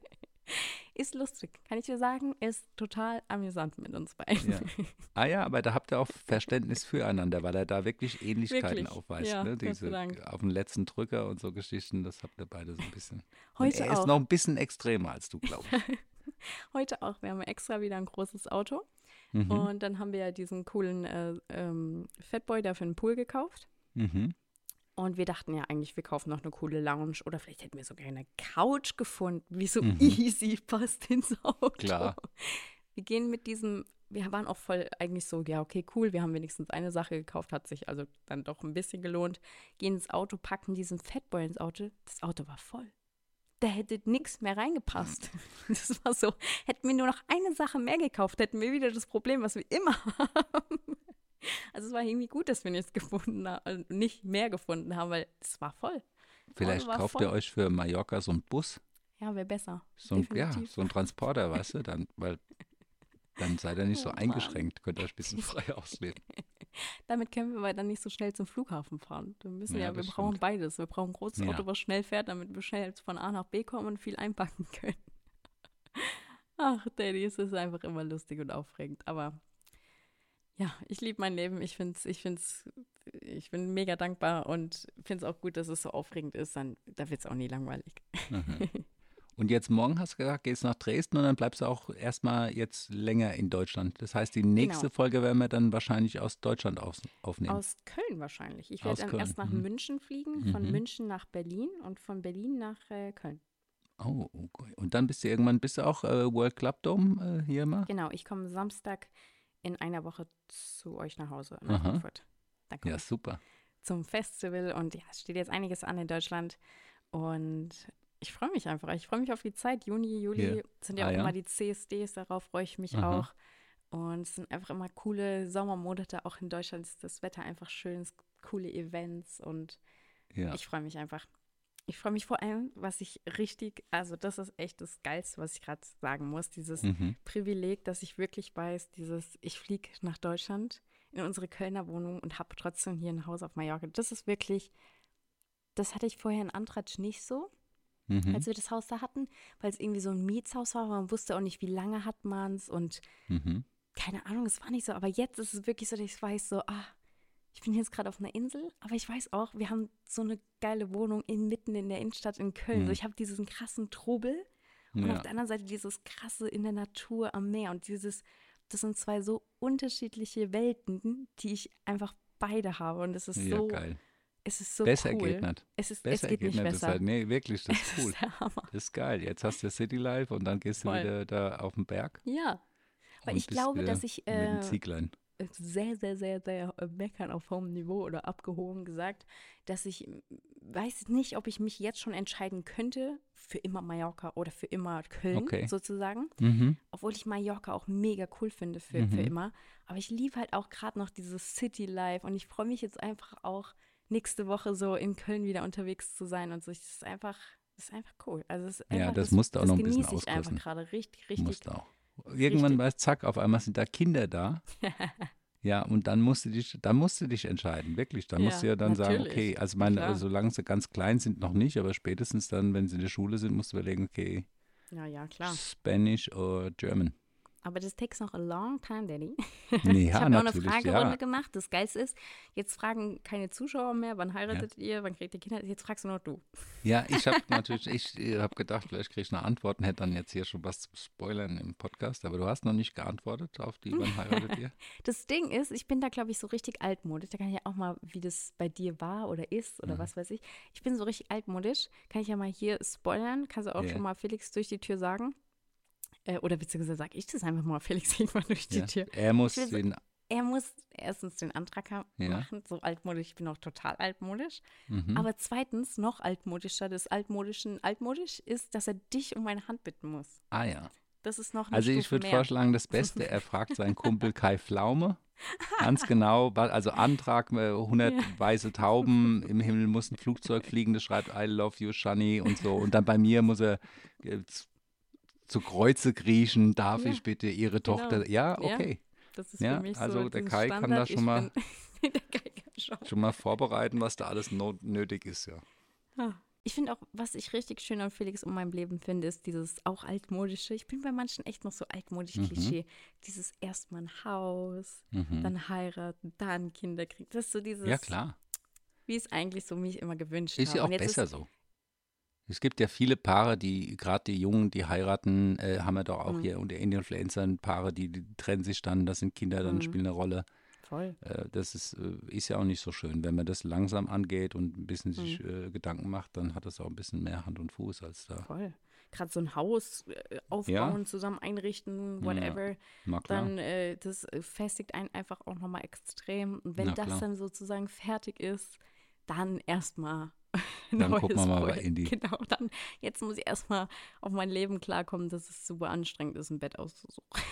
ist lustig, kann ich dir sagen, ist total amüsant mit uns beiden. Ja. Ah ja, aber da habt ihr auch Verständnis füreinander, weil er da wirklich Ähnlichkeiten Wirklich, aufweist. ja, Ne? Gott sei Diese Dank. auf den letzten Drücker und so Geschichten, das habt ihr beide so ein bisschen. Heute und er ist auch. noch ein bisschen extremer als du, glaube ich. Heute auch, wir haben extra wieder ein großes Auto Mhm. und dann haben wir ja diesen coolen Fatboy da für den Pool gekauft. Mhm. Und wir dachten ja eigentlich, wir kaufen noch eine coole Lounge oder vielleicht hätten wir sogar eine Couch gefunden, wie so Mhm. easy passt ins Auto. Klar. Wir gehen mit wir waren auch voll eigentlich so, ja okay, cool, wir haben wenigstens eine Sache gekauft, hat sich also dann doch ein bisschen gelohnt. Gehen ins Auto, packen diesen Fatboy ins Auto, das Auto war voll. Da hätte nichts mehr reingepasst. Das war so, hätten wir nur noch eine Sache mehr gekauft, hätten wir wieder das Problem, was wir immer haben. Also es war irgendwie gut, dass wir nichts gefunden haben, nicht mehr gefunden haben, weil es war voll. Vielleicht war kauft voll. ihr euch für Mallorca so einen Bus, Ja, wäre besser. so ein Definitiv. Transporter, weißt du, weil dann seid ihr nicht so Oh Mann. eingeschränkt, könnt ihr euch ein bisschen frei ausleben. Damit können wir aber dann nicht so schnell zum Flughafen fahren. Wir müssen Ja, wir das brauchen stimmt. beides. Wir brauchen ein großes Ja. Auto, was schnell fährt, damit wir schnell von A nach B kommen und viel einpacken können. Ach, Daddy, es ist einfach immer lustig und aufregend. Aber ja, ich liebe mein Leben. Ich bin mega dankbar und finde es auch gut, dass es so aufregend ist. Da wird es auch nie langweilig. Mhm. Und jetzt morgen hast du gesagt, gehst nach Dresden und dann bleibst du auch erstmal jetzt länger in Deutschland. Das heißt, die nächste Genau. Folge werden wir dann wahrscheinlich aus Deutschland aufnehmen. Aus Köln wahrscheinlich. Ich Aus werde dann Köln, erst nach mhm. München fliegen, von Mhm. München nach Berlin und von Berlin nach Köln. Oh, okay. Und dann bist du auch World Club Dome hier mal? Genau, ich komme Samstag in einer Woche zu euch nach Hause nach Aha. Frankfurt. Da komme Ja, ich super. zum Festival und ja, es steht jetzt einiges an in Deutschland und ich freue mich einfach. Ich freue mich auf die Zeit. Juni, Juli Ja. sind ja Ah, auch ja? immer die CSDs, darauf freue ich mich Aha. auch. Und es sind einfach immer coole Sommermonate, auch in Deutschland ist das Wetter einfach schön, es gibt coole Events und Ja. ich freue mich einfach. Ich freue mich vor allem, was ich also das ist echt das Geilste, was ich gerade sagen muss, dieses Mhm. Privileg, dass ich wirklich weiß, ich fliege nach Deutschland in unsere Kölner Wohnung und habe trotzdem hier ein Haus auf Mallorca. Das ist wirklich, das hatte ich vorher in Antratsch nicht so, Mhm. als wir das Haus da hatten, weil es irgendwie so ein Mietshaus war, man wusste auch nicht, wie lange hat man es und Mhm. keine Ahnung, es war nicht so. Aber jetzt ist es wirklich so, dass ich weiß so, ich bin jetzt gerade auf einer Insel, aber ich weiß auch, wir haben so eine geile Wohnung mitten in der Innenstadt in Köln. Mhm. So, ich habe diesen krassen Trubel und Ja. auf der anderen Seite dieses krasse in der Natur am Meer und das sind zwei so unterschiedliche Welten, die ich einfach beide habe und es ist Ja, so, geil. es ist so Besser cool. geht nicht. Es Besser geht nicht Das besser. halt, nee, wirklich, das ist Es cool. ist der Hammer. Das ist geil. Jetzt hast du City Life und dann gehst du Voll. wieder da auf den Berg. Ja, weil und ich bist glaube, wieder dass ich mit dem Zieglein. sehr, sehr, sehr, sehr meckern auf hohem Niveau oder abgehoben gesagt, dass ich weiß nicht, ob ich mich jetzt schon entscheiden könnte für immer Mallorca oder für immer Köln Okay. sozusagen, Mhm. obwohl ich Mallorca auch mega cool finde für immer. Aber ich liebe halt auch gerade noch dieses City Life und ich freue mich jetzt einfach auch nächste Woche so in Köln wieder unterwegs zu sein und so. Das ist einfach cool. Also es ist Ja, einfach, das musst du auch noch ein bisschen genieße ich einfach auskosten. gerade richtig, richtig Musst du auch. Irgendwann war es zack, auf einmal sind da Kinder da. Ja, und dann musst du dich entscheiden, wirklich. Dann musst du ja dann sagen, natürlich. okay, also Klar. solange sie ganz klein sind, noch nicht, aber spätestens dann, wenn sie in der Schule sind, musst du überlegen, okay, Ja, klar. Spanish oder German. Aber das takes noch a long time, Daddy. Nee, Ich ja, habe ja auch eine natürlich, Fragerunde ja. gemacht. Das Geilste ist, jetzt fragen keine Zuschauer mehr, wann heiratet ihr, wann kriegt ihr Kinder? Jetzt fragst du noch du. Ja, ich habe gedacht, vielleicht kriege ich eine Antwort und hätte dann jetzt hier schon was zu spoilern im Podcast, aber du hast noch nicht geantwortet auf die, wann heiratet ihr? Das Ding ist, ich bin da, glaube ich, so richtig altmodisch. Da kann ich ja auch mal, wie das bei dir war oder ist oder was weiß ich. Ich bin so richtig altmodisch. Kann ich ja mal hier spoilern. Kannst du auch Ja. schon mal Felix durch die Tür sagen. Oder beziehungsweise sage ich das einfach mal, Felix, irgendwann durch die Ja. Tür. Er muss Ich will so- den, Er muss erstens den Antrag Ja. machen, so altmodisch, ich bin auch total altmodisch. mhm. Aber zweitens, noch altmodischer, des Altmodischen altmodisch ist, dass er dich um meine Hand bitten muss. Ah ja. Das ist noch eine Also ich Stufe würde mehr. vorschlagen, das Beste, er fragt seinen Kumpel Kai Pflaume, ganz genau, also Antrag, 100 Ja. weiße Tauben, im Himmel muss ein Flugzeug fliegen, das schreibt I love you, Shani und so. Und dann bei mir muss er zu Kreuze kriechen, darf Ja, ich bitte Ihre genau. Tochter, ja, Ja. okay. Das ist Ja, für mich also so der dieses Kai kann Standard. da schon mal- Der Kai kann Schon mal vorbereiten, was da alles nötig ist, ja. Ich finde auch, was ich richtig schön an Felix um meinem Leben finde, ist dieses auch altmodische. Ich bin bei manchen echt noch so altmodisch Klischee. Dieses erstmal ein Haus, dann heiraten, dann Kinder kriegen. Das ist so dieses, Ja, klar. wie es eigentlich so mich immer gewünscht Ist habe. ja auch Und jetzt besser so. Es gibt ja viele Paare, die, gerade die Jungen, die heiraten, haben wir doch auch hier unter Influencern Paare, die trennen sich dann, das sind Kinder, dann spielen eine Rolle. Voll. Das ist ja auch nicht so schön. Wenn man das langsam angeht und ein bisschen sich Gedanken macht, dann hat das auch ein bisschen mehr Hand und Fuß als da. Voll. Gerade so ein Haus aufbauen, zusammen einrichten, whatever. Na klar. Dann das festigt einen einfach auch nochmal extrem. Und wenn Na das klar. dann sozusagen fertig ist, dann erstmal Dann gucken wir mal in die- Genau, dann jetzt muss ich erstmal auf mein Leben klarkommen, dass es super anstrengend ist, ein Bett auszusuchen.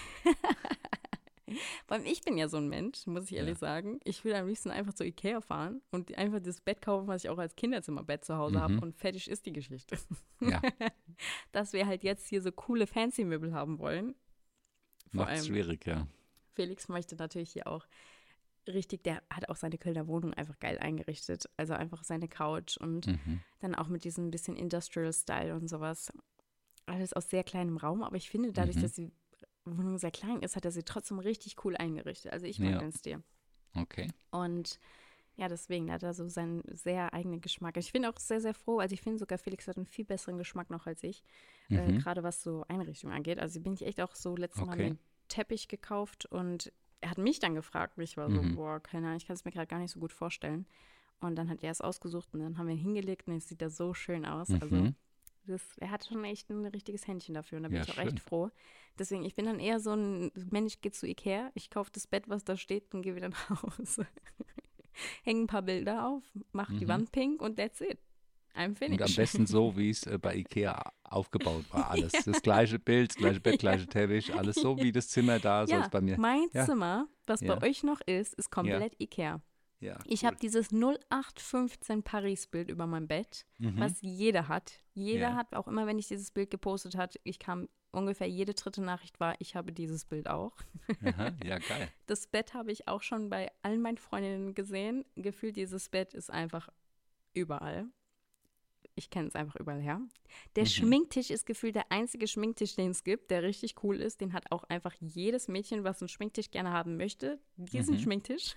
Weil ich bin ja so ein Mensch, muss ich ehrlich sagen. Ich will am liebsten einfach zu Ikea fahren und einfach das Bett kaufen, was ich auch als Kinderzimmerbett zu Hause habe und fertig ist die Geschichte. Ja, Dass wir halt jetzt hier so coole Fancy-Möbel haben wollen. Vor macht es allem schwierig, ja. Felix möchte natürlich hier auch richtig, der hat auch seine Kölner Wohnung einfach geil eingerichtet. Also einfach seine Couch und dann auch mit diesem bisschen Industrial-Style und sowas. Alles aus sehr kleinem Raum, aber ich finde, dadurch, dass die Wohnung sehr klein ist, hat er sie trotzdem richtig cool eingerichtet. Also ich mag Ja. den Stil. Okay. Und ja, deswegen da hat er so seinen sehr eigenen Geschmack. Ich bin auch sehr, sehr froh. Also ich finde sogar, Felix hat einen viel besseren Geschmack noch als ich. Gerade was so Einrichtungen angeht. Also bin ich echt auch so letztes Mal Okay. einen Teppich gekauft und er hat mich dann gefragt. Und ich war so, boah, keine Ahnung, ich kann es mir gerade gar nicht so gut vorstellen. Und dann hat er es ausgesucht und dann haben wir ihn hingelegt und jetzt sieht er so schön aus. Also er hat schon echt ein richtiges Händchen dafür und da bin Ja, ich auch schön. echt froh. Deswegen, ich bin dann eher so ein Mensch, ich gehe zu Ikea, ich kaufe das Bett, was da steht und gehe wieder nach Hause. Hänge ein paar Bilder auf, mache die Wand pink und that's it. I'm finished. Und am besten so, wie es bei Ikea aufgebaut war, alles. Das gleiche Bild, das gleiche Bett, gleiche Teppich, alles so, wie das Zimmer da, soll ja, es bei mir. mein Ja. Zimmer, was Ja. bei euch noch ist komplett Ikea. Ja, Ich cool. habe dieses 0815 Paris-Bild über meinem Bett, was jeder hat. Jeder Ja. hat, auch immer wenn ich dieses Bild gepostet hat, ich kam ungefähr jede dritte Nachricht war, ich habe dieses Bild auch. Aha, ja, geil. Das Bett habe ich auch schon bei allen meinen Freundinnen gesehen. Gefühlt, dieses Bett ist einfach überall. Ich kenne es einfach überall her. Der Schminktisch ist gefühlt der einzige Schminktisch, den es gibt, der richtig cool ist. Den hat auch einfach jedes Mädchen, was einen Schminktisch gerne haben möchte. Diesen Schminktisch.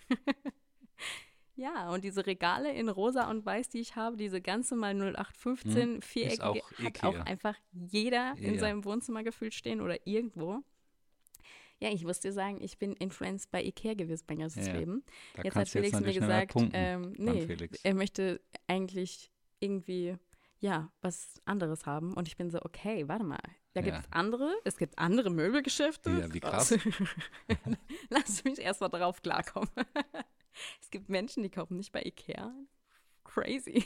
Ja, und diese Regale in rosa und weiß, die ich habe, diese ganze mal 0815 viereckige, auch hat Ikea. auch einfach jeder in Ja. seinem Wohnzimmer gefühlt stehen oder irgendwo. Ja, ich muss dir sagen, ich bin Influenced bei Ikea gewesen mein ganzes Ja, Leben. Da Jetzt hat kannst du Felix mir natürlich nicht mehr gesagt, punkten, nee, Felix. er möchte eigentlich irgendwie, ja, was anderes haben. Und ich bin so, okay, warte mal, da Ja. es gibt andere Möbelgeschäfte. Ja, wie krass. Lass mich erst mal drauf klarkommen. Es gibt Menschen, die kaufen nicht bei Ikea. Crazy.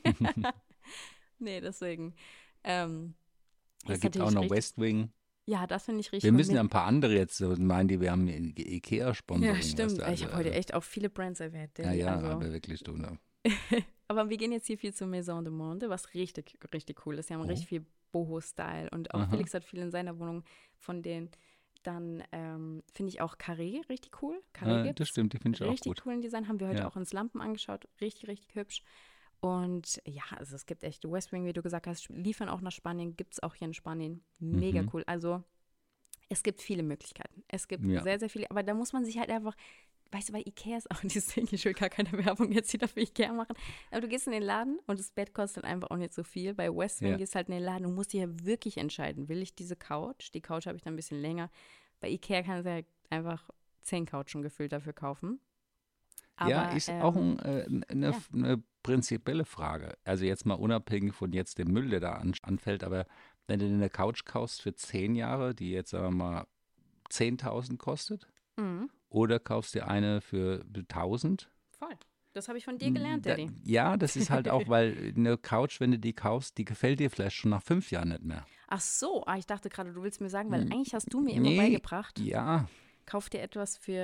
Nee, deswegen. Da ist gibt es auch natürlich noch richtig- West Wing. Ja, das finde ich richtig. Wir müssen Und ja ein paar andere jetzt so meinen, die wir haben Ikea-Sponsoring. ja, stimmt. weißt du, Ich habe heute echt auch viele Brands erwähnt. Ja, ja, also. aber wirklich, du, ne? Aber wir gehen jetzt hier viel zur Maison de Monde, was richtig, richtig cool ist. Die haben richtig viel Boho-Style. Und auch Aha. Felix hat viel in seiner Wohnung von den Dann finde ich auch Carré richtig cool. Carré gibt's. Das stimmt, die finde ich auch Richtig gut. coolen Design. Haben wir heute Ja. auch ins Lampen angeschaut. Richtig, richtig hübsch. Und ja, also es gibt echt Westwing, wie du gesagt hast, liefern auch nach Spanien. Gibt es auch hier in Spanien. Mega cool. Also es gibt viele Möglichkeiten. Es gibt Ja. sehr, sehr viele. Aber da muss man sich halt einfach, weißt du, bei Ikea ist auch dieses Ding, ich will gar keine Werbung jetzt wieder für Ikea machen. Aber du gehst in den Laden und das Bett kostet einfach auch nicht so viel. Bei Westwing Ja. gehst halt in den Laden und musst dir ja wirklich entscheiden, will ich diese Couch? Die Couch habe ich dann ein bisschen länger. Bei Ikea kannst du ja einfach 10 Couchen gefühlt dafür kaufen. Aber, ja, ist auch eine ja. prinzipielle Frage. Also jetzt mal unabhängig von jetzt dem Müll, der da anfällt, aber wenn du dir eine Couch kaufst für 10 Jahre, die jetzt sagen wir mal 10.000 kostet, Mhm, oder kaufst dir eine für 1.000. voll. Das habe ich von dir gelernt, Daddy. Ja, das ist halt auch, weil eine Couch, wenn du die kaufst, die gefällt dir vielleicht schon nach 5 Jahren nicht mehr. Ach so, ich dachte gerade, du willst mir sagen, weil eigentlich hast du mir immer Nee, beigebracht, Ja, kauf dir etwas für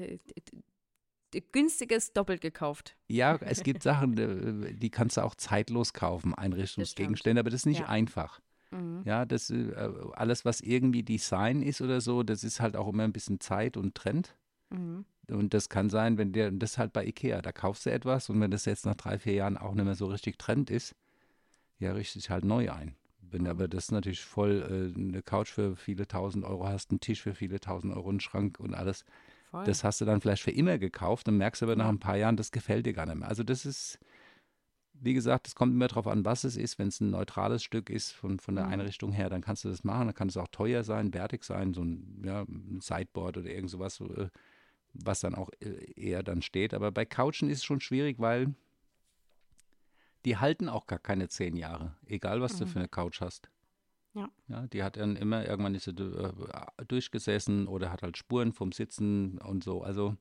günstiges doppelt gekauft. ja, es gibt Sachen, die kannst du auch zeitlos kaufen, Einrichtungsgegenstände, aber das ist nicht Ja. einfach. Mhm. Ja, das alles, was irgendwie Design ist oder so, das ist halt auch immer ein bisschen Zeit und Trend. Mhm. Und das kann sein, wenn dir, das ist halt bei Ikea, da kaufst du etwas und wenn das jetzt nach 3, 4 Jahren auch nicht mehr so richtig Trend ist, ja, richtest dich halt neu ein. Wenn aber das natürlich voll eine Couch für viele tausend Euro hast, einen Tisch für viele tausend Euro, einen Schrank und alles, Voll. das hast du dann vielleicht für immer gekauft und merkst aber nach Ja. ein paar Jahren, das gefällt dir gar nicht mehr. Also das ist, wie gesagt, es kommt immer darauf an, was es ist. Wenn es ein neutrales Stück ist von der Einrichtung her, dann kannst du das machen. Dann kann es auch teuer sein, wertig sein, so ein Sideboard oder irgend sowas, was dann auch eher dann steht. Aber bei Couchen ist es schon schwierig, weil die halten auch gar keine 10 Jahre, egal was du für eine Couch hast. Ja. Ja, die hat dann immer, irgendwann ist sie durchgesessen oder hat halt Spuren vom Sitzen und so. Also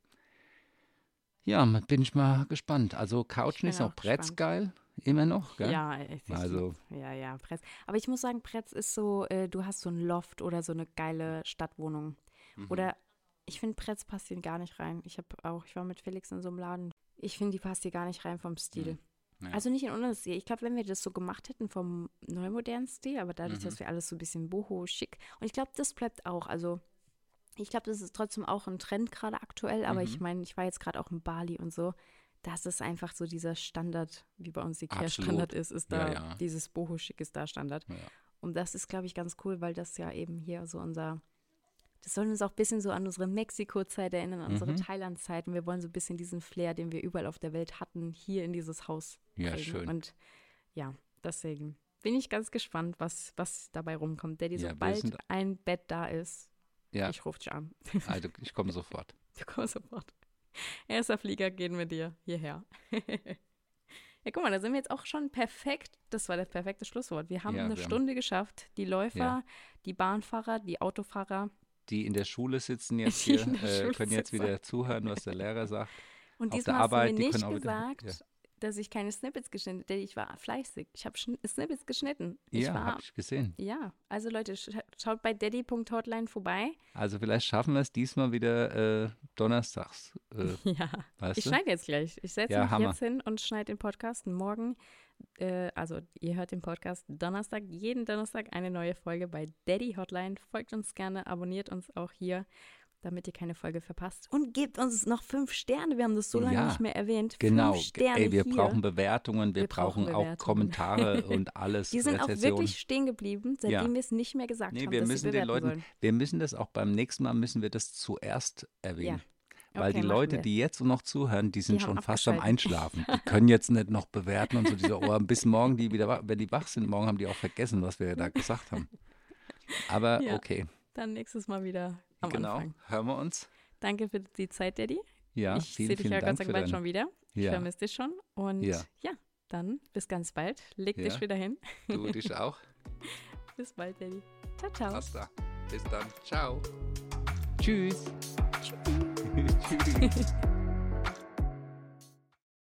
ja, bin ich mal gespannt. Also Couchen bin ist auch auch gespannt. Pretz geil, immer noch, gell? Ja, ich Also- ja, Pretz. Aber ich muss sagen, Pretz ist so, du hast so ein Loft oder so eine geile Stadtwohnung. Oder ich finde, Pretz passt hier gar nicht rein. Ich war mit Felix in so einem Laden. Ich finde, die passt hier gar nicht rein vom Stil. Ja. Also nicht in unserem Stil. Ich glaube, wenn wir das so gemacht hätten vom neumodernen Stil, aber dadurch, dass wir alles so ein bisschen boho, schick. Und ich glaube, das bleibt auch. Also ich glaube, das ist trotzdem auch ein Trend gerade aktuell. Aber ich meine, ich war jetzt gerade auch in Bali und so. Das ist einfach so dieser Standard, wie bei uns Ikea-Standard ist da, Ja. dieses boho-schick ist da Standard. Ja. Und das ist, glaube ich, ganz cool, weil das ja eben hier so das soll uns auch ein bisschen so an unsere Mexiko-Zeit erinnern, an unsere Thailand-Zeit. Und wir wollen so ein bisschen diesen Flair, den wir überall auf der Welt hatten, hier in dieses Haus Ja, bringen. schön. Und ja, deswegen bin ich ganz gespannt, was dabei rumkommt. Daddy, Ja, wir sobald sind- ein Bett da ist, Ja, ich rufe dich an. also ich komme sofort. Du kommst sofort. Erster Flieger gehen wir dir hierher. Ja, guck mal, da sind wir jetzt auch schon perfekt. Das war das perfekte Schlusswort. Wir haben Ja, eine wir haben- Stunde geschafft. Die Läufer, Ja. die Bahnfahrer, die Autofahrer. Die in der Schule sitzen jetzt Die hier, in der Schule können jetzt sitzen. wieder zuhören, was der Lehrer sagt. Und Auf diesmal der hast du Arbeit, mir die nicht können auch wieder- gesagt, dass ich keine Snippets geschnitten habe. Ich war fleißig. Ich habe Snippets geschnitten. Ja, habe ich gesehen. Ja, also Leute, schaut bei daddy.hotline vorbei. Also vielleicht schaffen wir es diesmal wieder donnerstags. Ja, Weißt ich du? schneide jetzt gleich. Ich setze Ja, mich Hammer. jetzt hin und schneide den Podcast. Morgen, also ihr hört den Podcast Donnerstag, jeden Donnerstag eine neue Folge bei Daddy Hotline. Folgt uns gerne, abonniert uns auch hier, damit ihr keine Folge verpasst. Und gebt uns noch 5 Sterne. Wir haben das so lange Ja, nicht mehr erwähnt. Genau. 5 Sterne Ey, wir hier. brauchen Bewertungen, wir Wir brauchen brauchen auch Bewertungen. Kommentare und alles. Die sind auch Rezensionen. wirklich stehen geblieben, seitdem Ja. wir es nicht mehr gesagt Nee, haben, wir dass müssen sie den bewerten Leuten, sollen. wir müssen das auch beim nächsten Mal, müssen wir das zuerst erwähnen. Weil Okay, die machen Leute, wir. die jetzt noch zuhören, die sind Die haben schon fast am abgeschaltet. Einschlafen. Die können jetzt nicht noch bewerten und so diese Ohren. Bis morgen, wenn die wach sind, morgen haben die auch vergessen, was wir da gesagt haben. Aber Ja. okay, Dann nächstes Mal wieder am genau. Anfang. Hören wir uns. Danke für die Zeit, Daddy. Ja, Ich sehe vielen, dich vielen ja Dank Gott sei für Dank bald deine, schon wieder. Ich Ja. vermisse dich schon. Und Ja. ja, dann bis ganz bald. Leg Ja. dich wieder hin. Du dich auch. Bis bald, Daddy. Ciao, ciao. Basta. Bis dann. Ciao. Tschüss. Tschüss. Tschüss.